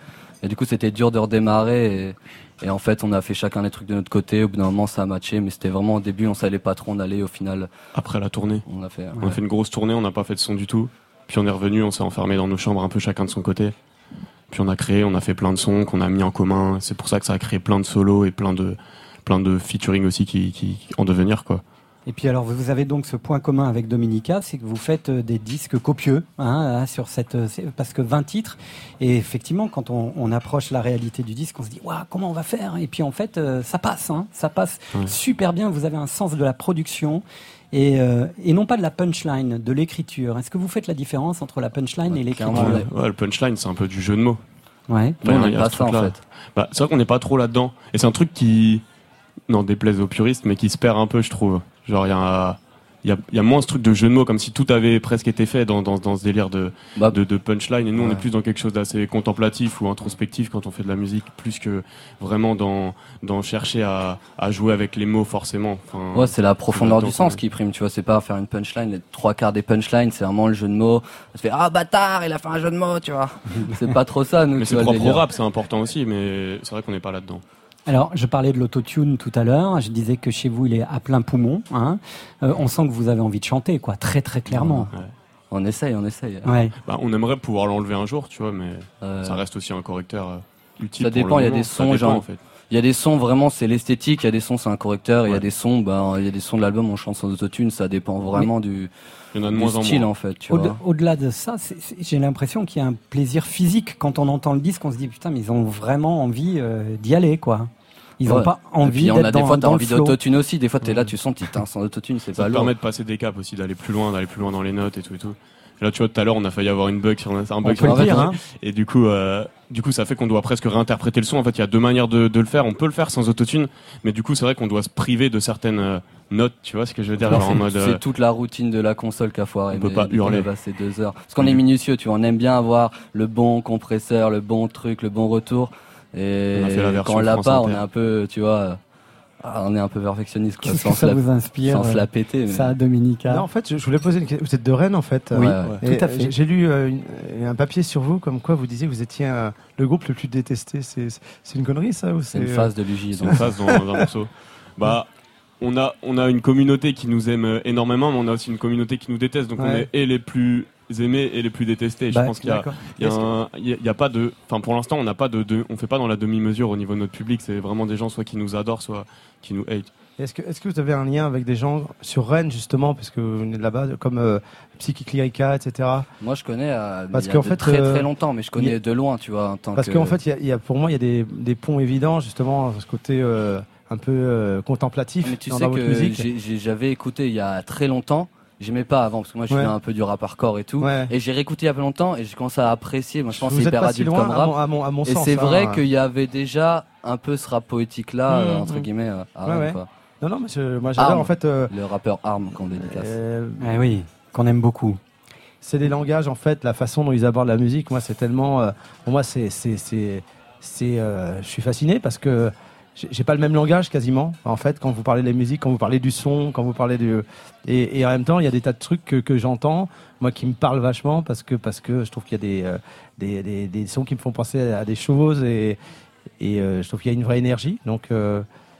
Et du coup, c'était dur de redémarrer. Et, et en fait, on a fait chacun les trucs de notre côté. Au bout d'un moment, ça a matché. Mais c'était vraiment au début, on savait pas trop où on allait. Au final, après la tournée, on a fait, on a fait une grosse tournée. On n'a pas fait de son du tout. Puis on est revenu, on s'est enfermé dans nos chambres, un peu chacun de son côté. Puis on a créé, on a fait plein de sons qu'on a mis en commun. C'est pour ça que ça a créé plein de solos et plein de plein de featuring aussi qui, qui, qui en devenir, quoi. Et puis alors vous avez donc ce point commun avec Dominica, c'est que vous faites des disques copieux, hein, sur cette, parce que vingt titres, et effectivement quand on, on approche la réalité du disque, on se dit waouh, comment on va faire, et puis en fait ça passe, hein, ça passe ouais. super bien. Vous avez un sens de la production et, euh, et non pas de la punchline, de l'écriture. Est-ce que vous faites la différence entre la punchline ouais, et l'écriture? Ouais, ouais, le punchline c'est un peu du jeu de mots. Ouais. Enfin, on n'est pas ça en fait. Bah, c'est vrai qu'on n'est pas trop là-dedans, et c'est un truc qui n'en déplaise aux puristes, mais qui se perd un peu, je trouve. Genre, il y a, y, a, y a moins ce truc de jeu de mots, comme si tout avait presque été fait dans, dans, dans ce délire de, bah, de, de punchline. Et nous, ouais. on est plus dans quelque chose d'assez contemplatif ou introspectif quand on fait de la musique, plus que vraiment dans, dans chercher à, à jouer avec les mots, forcément. Enfin, ouais, c'est la profondeur du sens qui prime, tu vois. C'est pas faire une punchline. Les trois quarts des punchlines, c'est vraiment le jeu de mots. Ça fait, ah, bâtard, il a fait un jeu de mots, tu vois. C'est pas trop ça, nous. Mais c'est propre au rap, c'est important aussi, mais c'est vrai qu'on n'est pas là-dedans. Alors, je parlais de l'autotune tout à l'heure. Je disais que chez vous, il est à plein poumon. Hein. Euh, on sent que vous avez envie de chanter, quoi, très très clairement. Ouais. On essaye, on essaye. Ouais. Bah, on aimerait pouvoir l'enlever un jour, tu vois, mais euh... ça reste aussi un correcteur euh, utile. Ça dépend. Il y a des sons, dépend, genre. En fait. Il y a des sons vraiment, c'est l'esthétique. Il y a des sons, c'est un correcteur. Il ouais. y a des sons, bah, il y a des sons de l'album, on chante sans autotune. Ça dépend vraiment mais... du. Il y en a de du moins style en, moins. en fait. Tu Au- vois. Au-delà de ça, c'est, c'est, j'ai l'impression qu'il y a un plaisir physique quand on entend le disque. On se dit putain, mais ils ont vraiment envie euh, d'y aller, quoi. Ils n'ont ouais. pas envie d'être dans, on a des fois, dans t'as envie le flow. d'autotune aussi. Des fois, t'es là, tu sens, putain, sans autotune, c'est ça pas te lourd. permet de passer des caps aussi, d'aller plus loin, d'aller plus loin dans les notes et tout et tout. Et là, tu vois, tout à l'heure, on a failli avoir une bug sur un bug on sur peut le dire, hein. Et du coup, euh, du coup, ça fait qu'on doit presque réinterpréter le son. En fait, il y a deux manières de, de le faire. On peut le faire sans autotune, mais du coup, c'est vrai qu'on doit se priver de certaines euh, notes. Tu vois ce que je veux dire? Non, genre c'est, en mode, c'est euh, toute la routine de la console qu'a foiré. On peut pas hurler. On a passé deux heures. Parce qu'on est minutieux, tu vois. On aime bien avoir le bon compresseur, le bon truc, le bon retour. Et on a fait la version quand on l'a France pas, Inter. on est un peu, tu vois. Ah, on est un peu perfectionniste, quoi. Qu'est-ce sans que ça se la, vous inspire, sans se euh, la péter. Mais... Ça, Dominica. Non, en fait, je, je voulais poser une question. Vous êtes de Rennes, en fait. Oui, euh, ouais. tout à fait. J'ai, j'ai lu euh, une, un papier sur vous, comme quoi vous disiez que vous étiez euh, le groupe le plus détesté. C'est, c'est une connerie, ça ou c'est, c'est une phase de Luigi. C'est une phase dans, dans un morceau. Bah, on a, on a une communauté qui nous aime énormément, mais on a aussi une communauté qui nous déteste. Donc, ouais. on est et les plus aimés et les plus détestés. Bah, je pense qu'il y a, il y a, un, il y a, il y a pas de, enfin, pour l'instant, on n'a pas de, de, on fait pas dans la demi-mesure au niveau de notre public. C'est vraiment des gens soit qui nous adorent, soit qui nous hate. Est-ce que, est-ce que vous avez un lien avec des gens sur Rennes, justement, parce que vous venez de là-bas, comme euh, Psychic Lyrica, et cetera. Moi, je connais euh, parce il y a qu'en de fait, très euh, très longtemps, mais je connais a... de loin, tu vois. En tant parce que... qu'en fait, il y a, il y a, pour moi, il y a des, des ponts évidents, justement, ce côté euh, un peu euh, contemplatif mais tu dans, sais dans que votre musique. j'ai, j'ai, j'avais écouté il y a très longtemps. J'aimais pas avant parce que moi je ouais. faisais un peu du rap hardcore et tout ouais. et j'ai réécouté il y a pas longtemps et j'ai commencé à apprécier. Moi je pense que c'est hyper pas adulte si loin, comme rap à mon, à mon, à mon et sens, c'est hein, vrai ouais. qu'il y avait déjà un peu ce rap poétique là mmh, euh, entre mmh. guillemets euh, à ouais, Rennes, ouais. quoi. Non non mais je, moi j'adore Arm, en fait euh, le rappeur Arm qu'on dédicace. Euh, eh oui, qu'on aime beaucoup. C'est des langages en fait, la façon dont ils abordent la musique. Moi c'est tellement, euh, pour moi c'est c'est c'est, c'est euh, je suis fasciné parce que j'ai pas le même langage quasiment en fait quand vous parlez de la musique, quand vous parlez du son, quand vous parlez du et, et en même temps il y a des tas de trucs que, que j'entends moi qui me parlent vachement parce que parce que je trouve qu'il y a des euh, des, des des sons qui me font penser à des choses et et euh, je trouve qu'il y a une vraie énergie donc euh,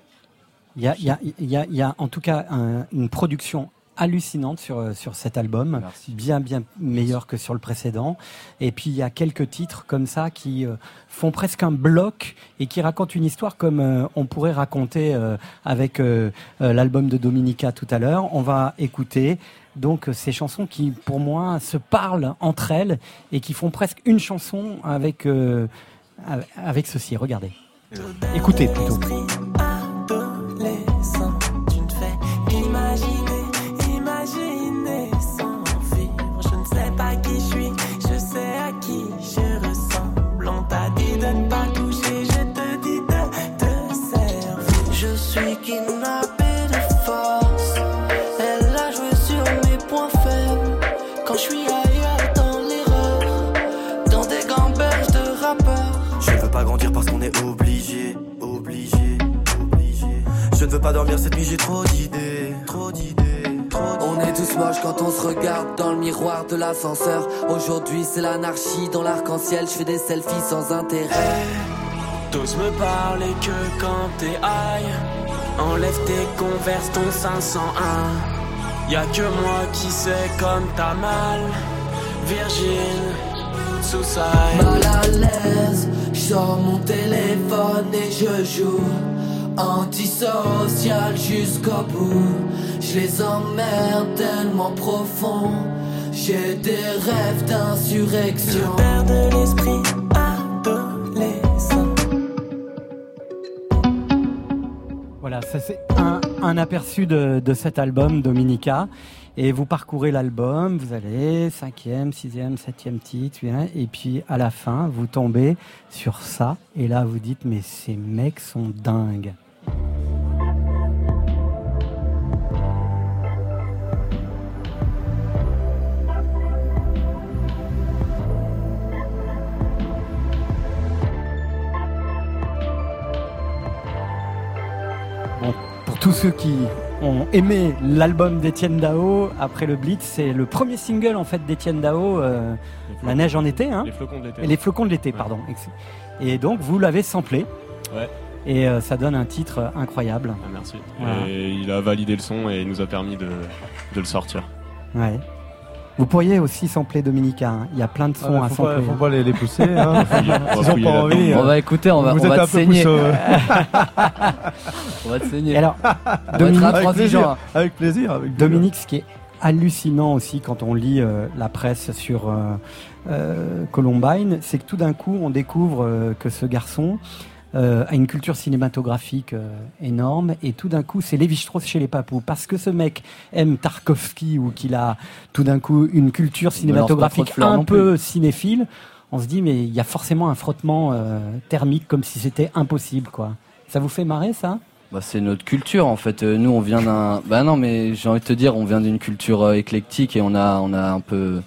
il y a il y a il y a il y a en tout cas un, une production hallucinante sur sur cet album. Merci. bien bien meilleur que sur le précédent et puis il y a quelques titres comme ça qui euh, font presque un bloc et qui racontent une histoire comme euh, on pourrait raconter euh, avec euh, euh, l'album de Dominica tout à l'heure. On va écouter donc ces chansons qui pour moi se parlent entre elles et qui font presque une chanson avec euh, avec ceci. Regardez, écoutez plutôt. Parce qu'on est obligé, obligé, obligé. Je ne veux pas dormir cette nuit, j'ai trop d'idées, trop d'idées, trop On est tous moches quand on se regarde dans le miroir de l'ascenseur. Aujourd'hui c'est l'anarchie dans l'arc-en-ciel. Je fais des selfies sans intérêt. T'oses me parler que quand t'es high. Enlève tes converses, ton cinq cent un. Y'a que moi qui sais comme t'as mal. Virgin, suicide. Mal à l'aise, j'sors mon téléphone et je joue antisocial jusqu'au bout. Je les emmerde tellement profond. J'ai des rêves d'insurrection. Je perds de l'esprit adolescent. Voilà, ça c'est un, un aperçu de, de cet album Dominica. Et vous parcourez l'album, vous allez cinquième, sixième, septième titre, et puis à la fin, vous tombez sur ça. Et là, vous dites, mais ces mecs sont dingues. Bon, pour tous ceux qui ont aimé l'album d'Étienne Dao, après le Blitz, c'est le premier single en fait d'Étienne Dao, euh, La neige en été, hein. Les flocons de l'été. Et les flocons de l'été, Ouais. pardon. Et donc vous l'avez samplé. Ouais. Et euh, ça donne un titre incroyable. Ah, merci. Voilà. Et il a validé le son et il nous a permis de, de le sortir. Ouais. Vous pourriez aussi sampler Dominica, hein. Il y a plein de sons Ah, à faut pas- sampler. faut pas les- les pousser, hein. On va fouiller, on va Ils ont fouiller pas là-dedans. envie, On va écouter, on va, Vous on êtes va un te peu saigner. pousseux. On va te saigner. Et alors, On va être Dominique, intransigeant. Avec plaisir. Avec plaisir. Dominique, ce qui est hallucinant aussi quand on lit euh, la presse sur euh, euh, Columbine, c'est que tout d'un coup, on découvre euh, que ce garçon euh, a une culture cinématographique euh, énorme, et tout d'un coup, c'est Lévi-Strauss chez les papous, parce que ce mec aime Tarkovsky, ou qu'il a tout d'un coup une culture cinématographique trop de fleurs un non peu cinéphile. On se dit, mais il y a forcément un frottement euh, thermique, comme si c'était impossible, quoi. Ça vous fait marrer, ça? Bah, c'est notre culture en fait. Euh, Nous on vient d'un. Bah non mais j'ai envie de te dire, on vient d'une culture euh, éclectique et on a on a un peu.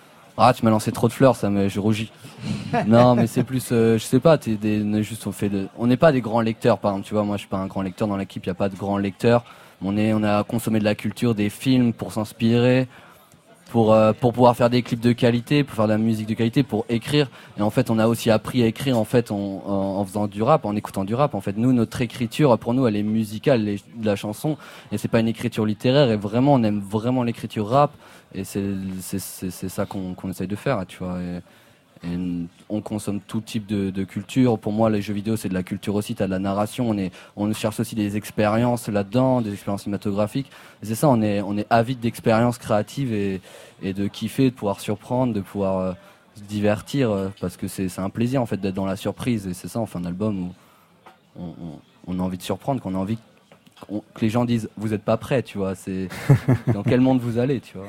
Ah tu m'as lancé trop de fleurs, ça me je rougis. Non mais c'est plus, euh, je sais pas, t'es des, on est juste on fait de, on n'est pas des grands lecteurs par exemple. Tu vois moi je suis pas un grand lecteur dans l'équipe, il y a pas de grands lecteurs. On est on a consommé de la culture, des films pour s'inspirer. Pour, euh, pour pouvoir faire des clips de qualité, pour faire de la musique de qualité, pour écrire. Et en fait, on a aussi appris à écrire en fait en, en, en faisant du rap, en écoutant du rap. En fait, nous, notre écriture, pour nous, elle est musicale, les, de la chanson, et c'est pas une écriture littéraire. Et vraiment, on aime vraiment l'écriture rap, et c'est c'est c'est, c'est ça qu'on qu'on essaye de faire, tu vois. Et, et on consomme tout type de, de culture. Pour moi, les jeux vidéo, c'est de la culture aussi. T'as de la narration. On est, on cherche aussi des expériences là-dedans, des expériences cinématographiques. Et c'est ça. On est, on est avide d'expériences créatives et, et de kiffer, de pouvoir surprendre, de pouvoir euh, se divertir, euh, parce que c'est, c'est un plaisir en fait d'être dans la surprise. Et c'est ça. On fait un album où on, on, on a envie de surprendre, qu'on a envie qu'on- que les gens disent, vous êtes pas prêts, tu vois. C'est dans quel monde vous allez, tu vois.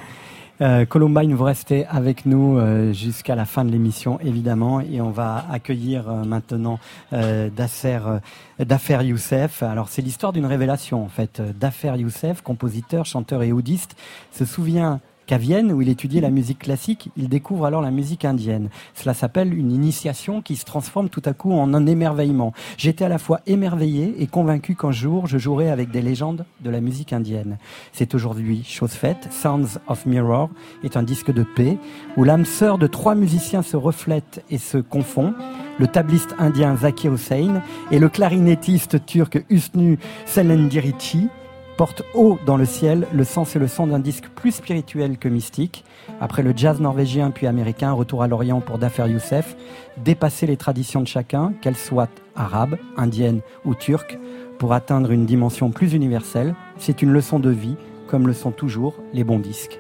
Euh, Columbine, vous restez avec nous euh, jusqu'à la fin de l'émission, évidemment, et on va accueillir euh, maintenant euh, Dasser, euh, Dafer Youssef. Alors, c'est l'histoire d'une révélation, en fait. Euh, Dafer Youssef, compositeur, chanteur et oudiste, se souvient qu'à Vienne, où il étudiait la musique classique, il découvre alors la musique indienne. Cela s'appelle une initiation qui se transforme tout à coup en un émerveillement. J'étais à la fois émerveillé et convaincu qu'un jour, je jouerais avec des légendes de la musique indienne. C'est aujourd'hui chose faite. Sounds of Mirror est un disque de paix où l'âme sœur de trois musiciens se reflète et se confond. Le tabliste indien Zakir Hussain et le clarinettiste turc Hüsnü Selendirici portent haut dans le ciel le sens et le son d'un disque plus spirituel que mystique. Après le jazz norvégien puis américain, retour à l'Orient pour Dafer Youssef, dépasser les traditions de chacun, qu'elles soient arabes, indiennes ou turques, pour atteindre une dimension plus universelle. C'est une leçon de vie, comme le sont toujours les bons disques.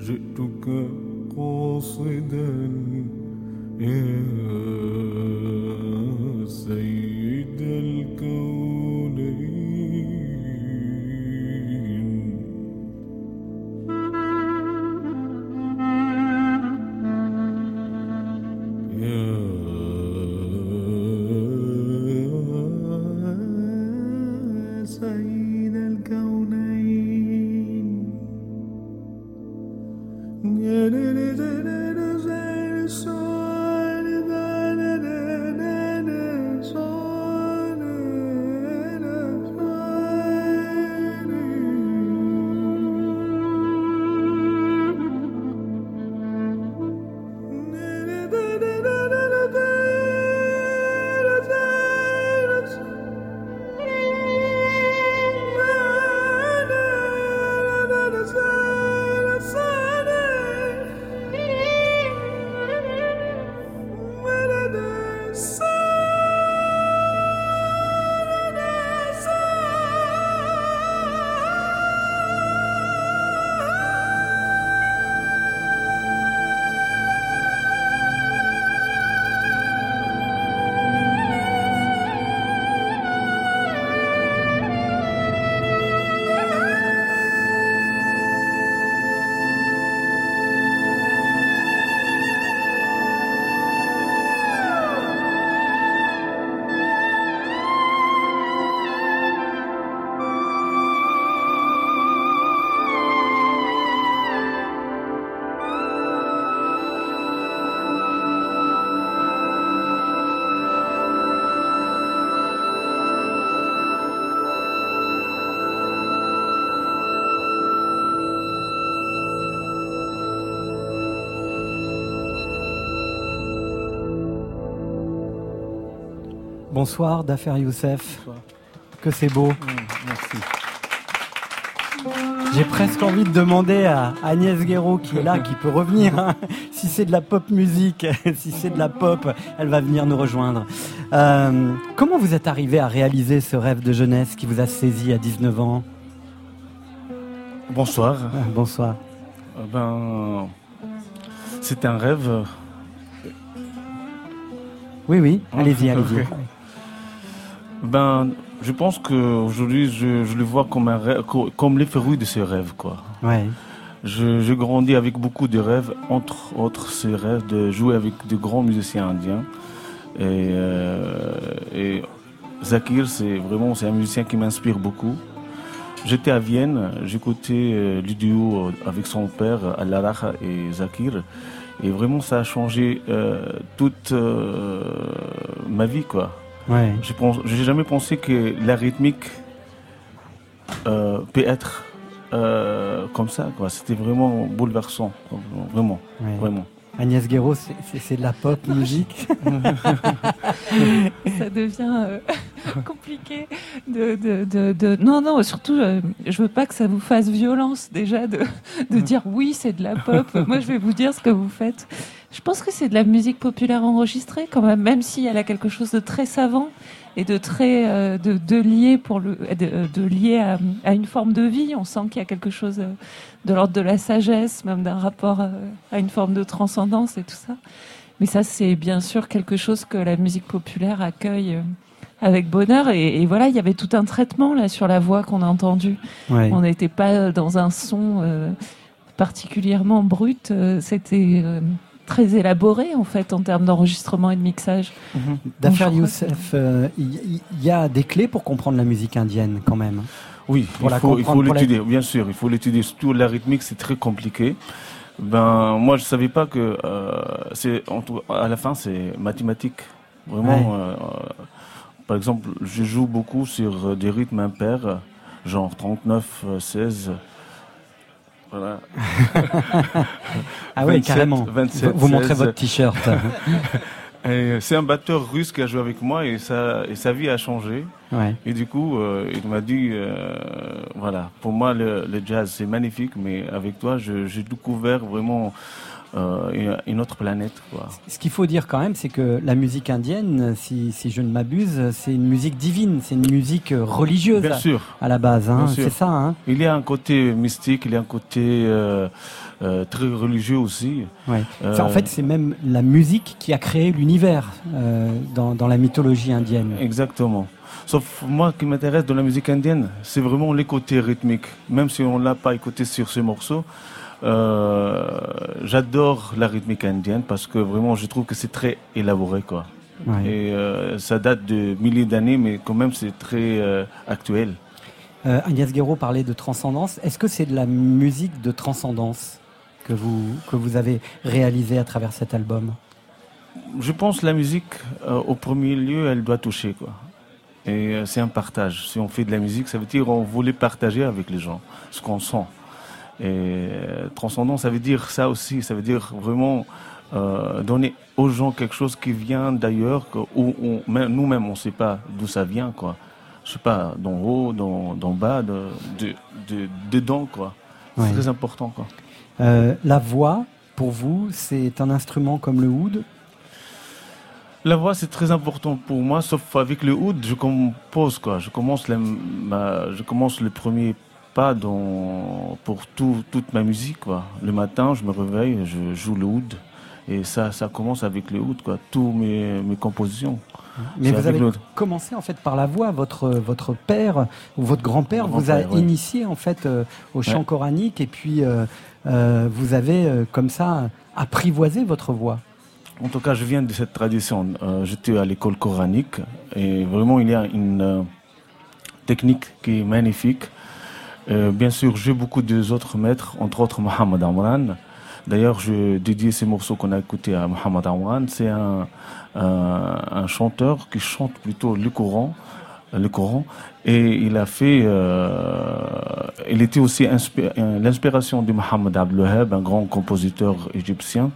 جئتك قاصدا يا سيد الكونين يا سيد الكونين يا Bonsoir, Dafer Youssef. Bonsoir. Que c'est beau. Mmh, merci. J'ai presque envie de demander à Agnès Guéraud, qui est là, qui peut revenir, hein, si c'est de la pop musique, si c'est de la pop, elle va venir nous rejoindre. Euh, comment vous êtes arrivé à réaliser ce rêve de jeunesse qui vous a saisi à dix-neuf ans ? Bonsoir. Ah, bonsoir. Euh, ben, c'est un rêve. Oui, oui, allez-y, allez-y. Okay. Ben, je pense qu'aujourd'hui, je, je le vois comme un rêve, comme les fruits de ce rêve, quoi. Ouais. Je, je grandis avec beaucoup de rêves, entre autres ce rêve de jouer avec de grands musiciens indiens. Et, euh, et Zakir, c'est vraiment, c'est un musicien qui m'inspire beaucoup. J'étais à Vienne, j'écoutais euh, le duo avec son père, Al-Araha et Zakir. Et vraiment, ça a changé euh, toute euh, ma vie, quoi. Ouais. Je pense, j'ai jamais pensé que la rythmique euh, peut être euh, comme ça, quoi. C'était vraiment bouleversant, vraiment, ouais. vraiment. Agnès Guéraud, c'est, c'est, c'est de la pop musique. Ça devient euh, compliqué de, de, de, de... Non, non, surtout, euh, je veux pas que ça vous fasse violence déjà de, de dire oui, c'est de la pop. Moi, je vais vous dire ce que vous faites. Je pense que c'est de la musique populaire enregistrée quand même, même si elle a quelque chose de très savant et de très euh, de, de lié pour le de, de lié à, à une forme de vie. On sent qu'il y a quelque chose de l'ordre de la sagesse, même d'un rapport à une forme de transcendance et tout ça. Mais ça, c'est bien sûr quelque chose que la musique populaire accueille avec bonheur. Et, et voilà, il y avait tout un traitement là sur la voix qu'on a entendue. Ouais. On n'était pas dans un son euh, particulièrement brut. Euh, c'était euh, très élaboré en fait en termes d'enregistrement et de mixage. Mmh. Dafer Youssef, il euh, y, y a des clés pour comprendre la musique indienne quand même. Oui, pour il, la faut, il faut l'étudier, la... bien sûr, il faut l'étudier. Surtout la rythmique, c'est très compliqué. Ben, moi, je savais pas que euh, c'est à la fin, c'est mathématique. Vraiment. Ouais. Euh, par exemple, je joue beaucoup sur des rythmes impairs, genre trente-neuf, seize. Voilà. Ah oui, carrément. vingt-sept, vous, vous montrez votre t-shirt. Et c'est un batteur russe qui a joué avec moi et, ça, et sa vie a changé. Ouais. Et du coup, euh, il m'a dit, euh, voilà, pour moi, le, le jazz, c'est magnifique, mais avec toi, je, j'ai découvert vraiment euh, une, une autre planète, quoi. Ce qu'il faut dire quand même, c'est que la musique indienne, si, si je ne m'abuse, c'est une musique divine, c'est une musique religieuse Bien à, sûr. à la base. Hein. Bien sûr. C'est ça. Hein. Il y a un côté mystique, il y a un côté euh, euh, très religieux aussi. Ouais. Euh, C'est- En fait, c'est même la musique qui a créé l'univers euh, dans, dans la mythologie indienne. Exactement. Sauf moi, qui m'intéresse dans la musique indienne, c'est vraiment les côtés rythmiques. Même si on l'a pas écouté sur ce morceau, euh, j'adore la rythmique indienne parce que vraiment, je trouve que c'est très élaboré, quoi. Ouais. Et euh, ça date de milliers d'années, mais quand même, c'est très euh, actuel. Euh, Agnès Guéraud parlait de transcendance. Est-ce que c'est de la musique de transcendance que vous, que vous avez réalisée à travers cet album? Je pense que la musique, euh, au premier lieu, elle doit toucher, quoi. Et euh, c'est un partage. Si on fait de la musique, ça veut dire qu'on voulait partager avec les gens ce qu'on sent. Et euh, transcendant, ça veut dire ça aussi. Ça veut dire vraiment euh, donner aux gens quelque chose qui vient d'ailleurs, que- où on, même, nous-mêmes, on ne sait pas d'où ça vient, quoi. Je sais pas, d'en haut, d'en, d'en bas, de, de, de, dedans, quoi. C'est Ouais. très important, quoi. Euh, la voix, pour vous, c'est un instrument comme le oud? La voix, c'est très important pour moi, sauf avec le oud, je compose, quoi. Je commence, la- ma, je commence le premier pas dans, pour tout, toute ma musique, quoi. Le matin, je me réveille, je joue le oud. Et ça, ça commence avec le oud, quoi. Toutes mes, mes compositions. Mais C'est vous avec avez le oud. commencé en fait par la voix. Votre votre père ou votre grand-père Mon vous a grand-père, ouais. initié en fait euh, au chant Ouais. coranique et puis euh, euh, vous avez euh, comme ça apprivoisé votre voix. En tout cas, je viens de cette tradition. Euh, j'étais à l'école coranique et vraiment, il y a une euh, technique qui est magnifique. Euh, bien sûr, j'ai beaucoup d'autres maîtres, entre autres Mohamed Amran. D'ailleurs, je dédie ces morceaux qu'on a écoutés à Mohamed Amran. C'est un, un, un chanteur qui chante plutôt le Coran, le Coran, et il a fait, euh, il était aussi inspi- euh, l'inspiration de Mohamed Abdel Wahab, un grand compositeur égyptien.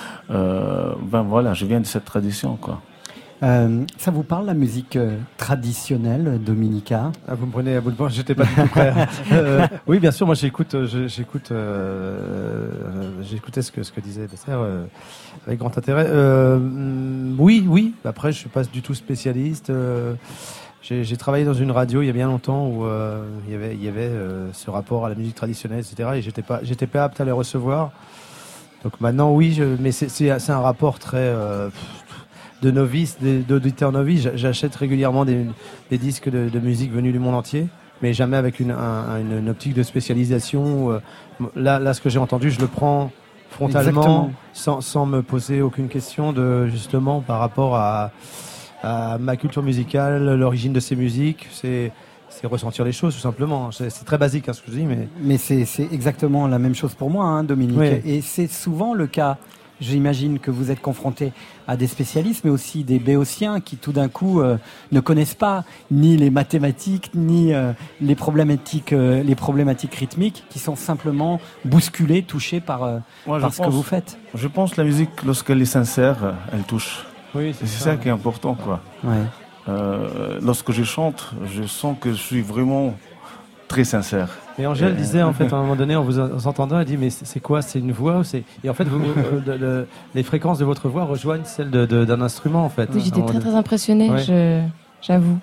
Euh, ben voilà, je viens de cette tradition, quoi. Euh, ça vous parle la musique euh, traditionnelle dominica? Ah, vous me prenez à bout de bras, j'étais pas du tout prêt. Euh, oui, bien sûr, moi j'écoute, euh, je- j'écoute, euh, euh, j'écoutais ce que ce que disait Besser euh, avec grand intérêt. Euh, mm, oui, oui. Après, je suis pas du tout spécialiste. Euh, j'ai j'ai travaillé dans une radio il y a bien longtemps où euh, il y avait il y avait euh, ce rapport à la musique traditionnelle, et cetera. Et j'étais pas j'étais pas apte à les recevoir. Donc maintenant, oui, je, mais c'est c'est c'est un rapport très euh, de novice, de- d'auditeur novice. J'a- J'achète régulièrement des, des disques de, de musique venus du monde entier, mais jamais avec une, un- une, une optique de spécialisation. euh, Là, là, ce que j'ai entendu, je le prends frontalement, Exactement. sans, sans me poser aucune question de justement par rapport à, à ma culture musicale, l'origine de ces musiques. C'est c'est ressentir les choses tout simplement. C'est c'est très basique hein, ce que je dis, mais Mais c'est c'est exactement la même chose pour moi, hein, Dominique. Oui. Et c'est souvent le cas. J'imagine que vous êtes confronté à des spécialistes, mais aussi des béotiens qui tout d'un coup euh, ne connaissent pas ni les mathématiques, ni euh, les problématiques, euh, les problématiques rythmiques, qui sont simplement bousculés, touchés par, euh, Moi, je par ce que pense- vous faites. Je pense que la musique, lorsqu'elle est sincère, elle touche. Oui, Et c'est ça, qui est important, quoi. Ouais. Euh, lorsque je chante, je sens que je suis vraiment très sincère. Et Angèle Euh, disait en fait à un moment donné en vous en- en entendant, elle dit mais c'est c'est quoi, c'est une voix ou c'est et en fait vous, euh, de- de- les fréquences de votre voix rejoignent celles de- de- d'un instrument en fait. Oui, j'étais À un très moment très impressionnée, Ouais. je- j'avoue.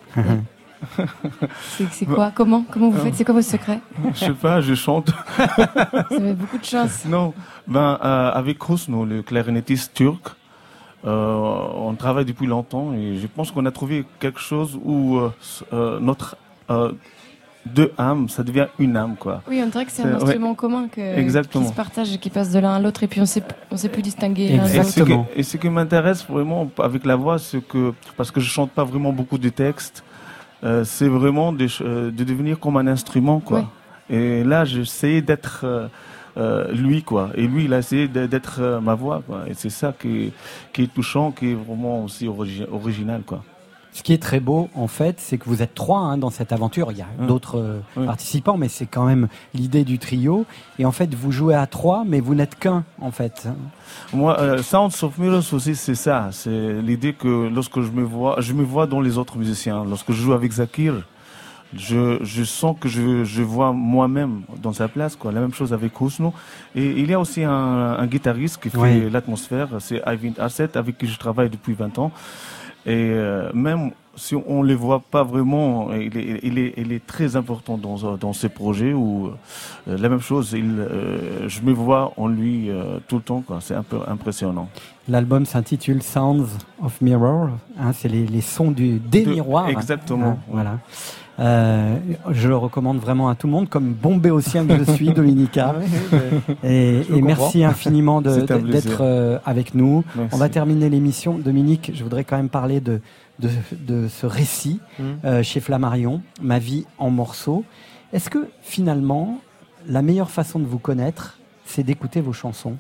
C'est c'est quoi Comment Comment vous faites C'est quoi vos secrets Je sais pas, je chante. Vous avez beaucoup de chance. Non, ben euh, avec Hosno, le clarinettiste turc, euh, on travaille depuis longtemps et je pense qu'on a trouvé quelque chose où euh, s- euh, notre euh, deux âmes, ça devient une âme, quoi. Oui, on dirait que c'est C'est- un ouais. instrument commun que, Exactement. qui se partage et qui passe de l'un à l'autre et puis on sait, on sait plus distinguer l'un de Et ce, l'autre. que- et ce qui m'intéresse vraiment avec la voix, c'est que, parce que je chante pas vraiment beaucoup de textes, euh, c'est vraiment de, ch- euh, de devenir comme un instrument, quoi. Et là, j'essayais d'être euh, euh, lui, quoi. Et lui, il a essayé de- d'être euh, ma voix, quoi. Et c'est ça qui est, qui est touchant, qui est vraiment aussi origi- original, quoi. Ce qui est très beau, en fait, c'est que vous êtes trois hein, dans cette aventure. Il y a Mmh. d'autres euh, Oui. participants, mais c'est quand même l'idée du trio. Et en fait, vous jouez à trois, mais vous n'êtes qu'un, en fait. Moi, euh, Sounds of Mirrors aussi, c'est ça. C'est l'idée que lorsque je me vois, je me vois dans les autres musiciens. Lorsque je joue avec Zakir, je, je sens que je, je vois moi-même dans sa place, quoi. La même chose avec Husno. Et il y a aussi un, un guitariste qui fait Oui. l'atmosphère, c'est Eivind Arset, avec qui je travaille depuis vingt ans. Et euh, même si on ne le voit pas vraiment, il est, il est, il est très important dans, dans ces projets où euh, la même chose, il, euh, je me vois en lui euh, tout le temps, quoi. C'est un peu impressionnant. L'album s'intitule Sounds of Mirror. Hein, c'est les, les sons du, des De- miroirs. exactement. Hein, voilà. Euh, je le recommande vraiment à tout le monde, comme bon béotien que je suis, Dominica. Ah oui, oui, Et, je et comprends. merci infiniment de- C'est un de- plaisir. d'être euh, avec nous. Merci. On va terminer l'émission. Dominique, je voudrais quand même parler de, de, de ce récit Mm. euh, chez Flammarion, Ma vie en morceaux. Est-ce que finalement, la meilleure façon de vous connaître, c'est d'écouter vos chansons?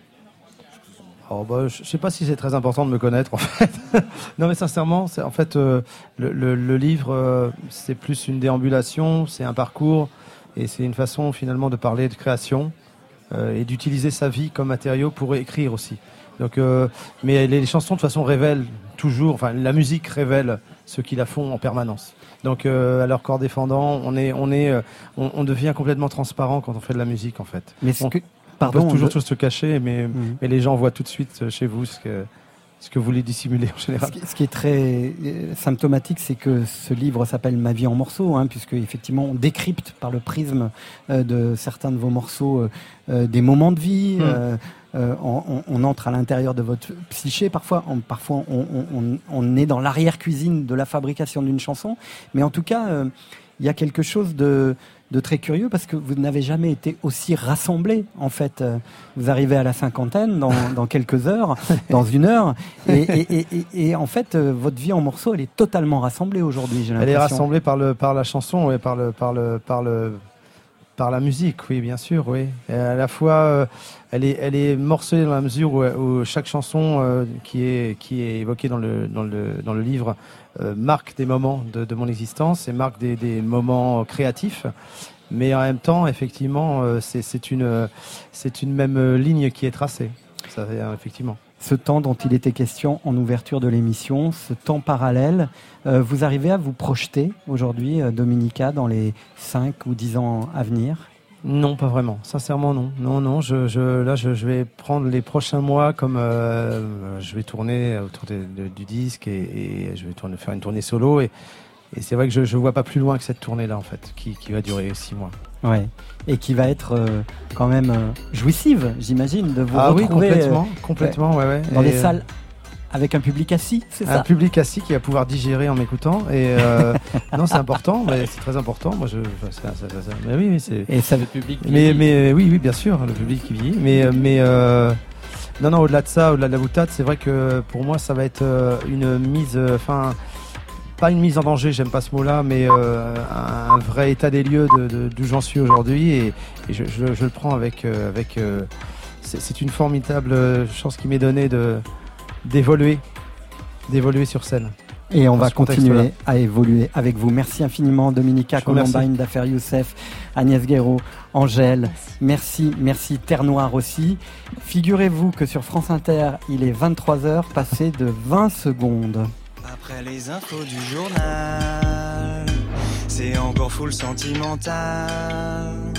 Oh bah, je ne sais pas si c'est très important de me connaître en fait. Non mais sincèrement, c'est, en fait, euh, le, le- le livre, euh, c'est plus une déambulation, c'est un parcours et c'est une façon finalement de parler de création euh, et d'utiliser sa vie comme matériau pour écrire aussi. Donc, euh, mais les, les chansons de toute façon révèlent toujours, enfin la musique révèle ceux qui la font en permanence. Donc euh, à leur corps défendant, on est, on est, euh, on, on devient complètement transparent quand on fait de la musique en fait. Mais ce on, que- on pardon, peut toujours de- tous se cacher, mais, Mhm. mais les gens voient tout de suite euh, chez vous ce que, ce que vous voulez dissimuler en général. Ce qui, ce qui est très euh, symptomatique, c'est que ce livre s'appelle Ma vie en morceaux, hein, puisque effectivement on décrypte par le prisme euh, de certains de vos morceaux euh, euh, des moments de vie. Mm. euh, euh, on, on- on entre à l'intérieur de votre psyché. Parfois, on, parfois on, on- on- on est dans l'arrière-cuisine de la fabrication d'une chanson. Mais en tout cas, euh, il y a quelque chose de, de très curieux parce que vous n'avez jamais été aussi rassemblés. En fait, Euh, vous arrivez à la cinquantaine dans, dans quelques heures, dans une heure, et, et- et- et- et en fait, euh, votre vie en morceaux, elle est totalement rassemblée aujourd'hui. J'ai Elle est l'impression. rassemblée par le, par la chanson, et par le, par le, par le, par la musique, oui, bien sûr, oui. Et à la fois, euh, elle est, elle est morcelée dans la mesure où, où chaque chanson euh, qui est, qui est évoquée dans le, dans le, dans le livre euh, marque des moments de, de mon existence et marque des, des moments créatifs. Mais en même temps, effectivement, euh, c'est, c'est une, c'est une même ligne qui est tracée. Ça, euh, effectivement. Ce temps dont il était question en ouverture de l'émission, ce temps parallèle, euh, vous arrivez à vous projeter aujourd'hui, euh, Dominica, dans les cinq ou dix ans à venir? Non, pas vraiment. Sincèrement, non. Non, non. Je, je, là, je, je vais prendre les prochains mois comme euh, je vais tourner autour de, de- du disque et, et je vais tourner, faire une tournée solo. Et, et c'est vrai que je ne vois pas plus loin que cette tournée-là, en fait, qui, qui va durer six mois. Ouais. Et qui va être euh, quand même euh, jouissive, j'imagine, de vous Ah oui, retrouver complètement, euh, complètement, ouais, ouais. dans Et, des euh, salles avec un public assis, c'est Un ça? public assis qui va pouvoir digérer en m'écoutant. Et euh, non, c'est important, mais c'est très important. Moi, je, ça, ça, ça, ça- mais oui, oui, c'est. Et ça- Le public Mais, vieillit. mais oui, oui, bien sûr, le public qui vit. Mais, mais euh, non, non, au-delà de ça, au-delà de la boutade, c'est vrai que pour moi, ça va être euh, une mise, enfin, pas une mise en danger, j'aime pas ce mot-là, mais euh, un vrai état des lieux de, de- d'où j'en suis aujourd'hui, et, et je, je- je le prends avec, euh, avec. euh, c'est, c'est une formidable chance qui m'est donnée de d'évoluer, d'évoluer sur scène. Et on Dans va ce contexte-là. continuer à évoluer avec vous. Merci infiniment, Dominica Je vous remercie. Columbine, Dafer Youssef, Agnès Guéraud, Angèle. Merci, merci Terre Noire aussi. Figurez-vous que sur France Inter, il est vingt-trois heures, passé de vingt secondes. Après les infos du journal, c'est encore full sentimental.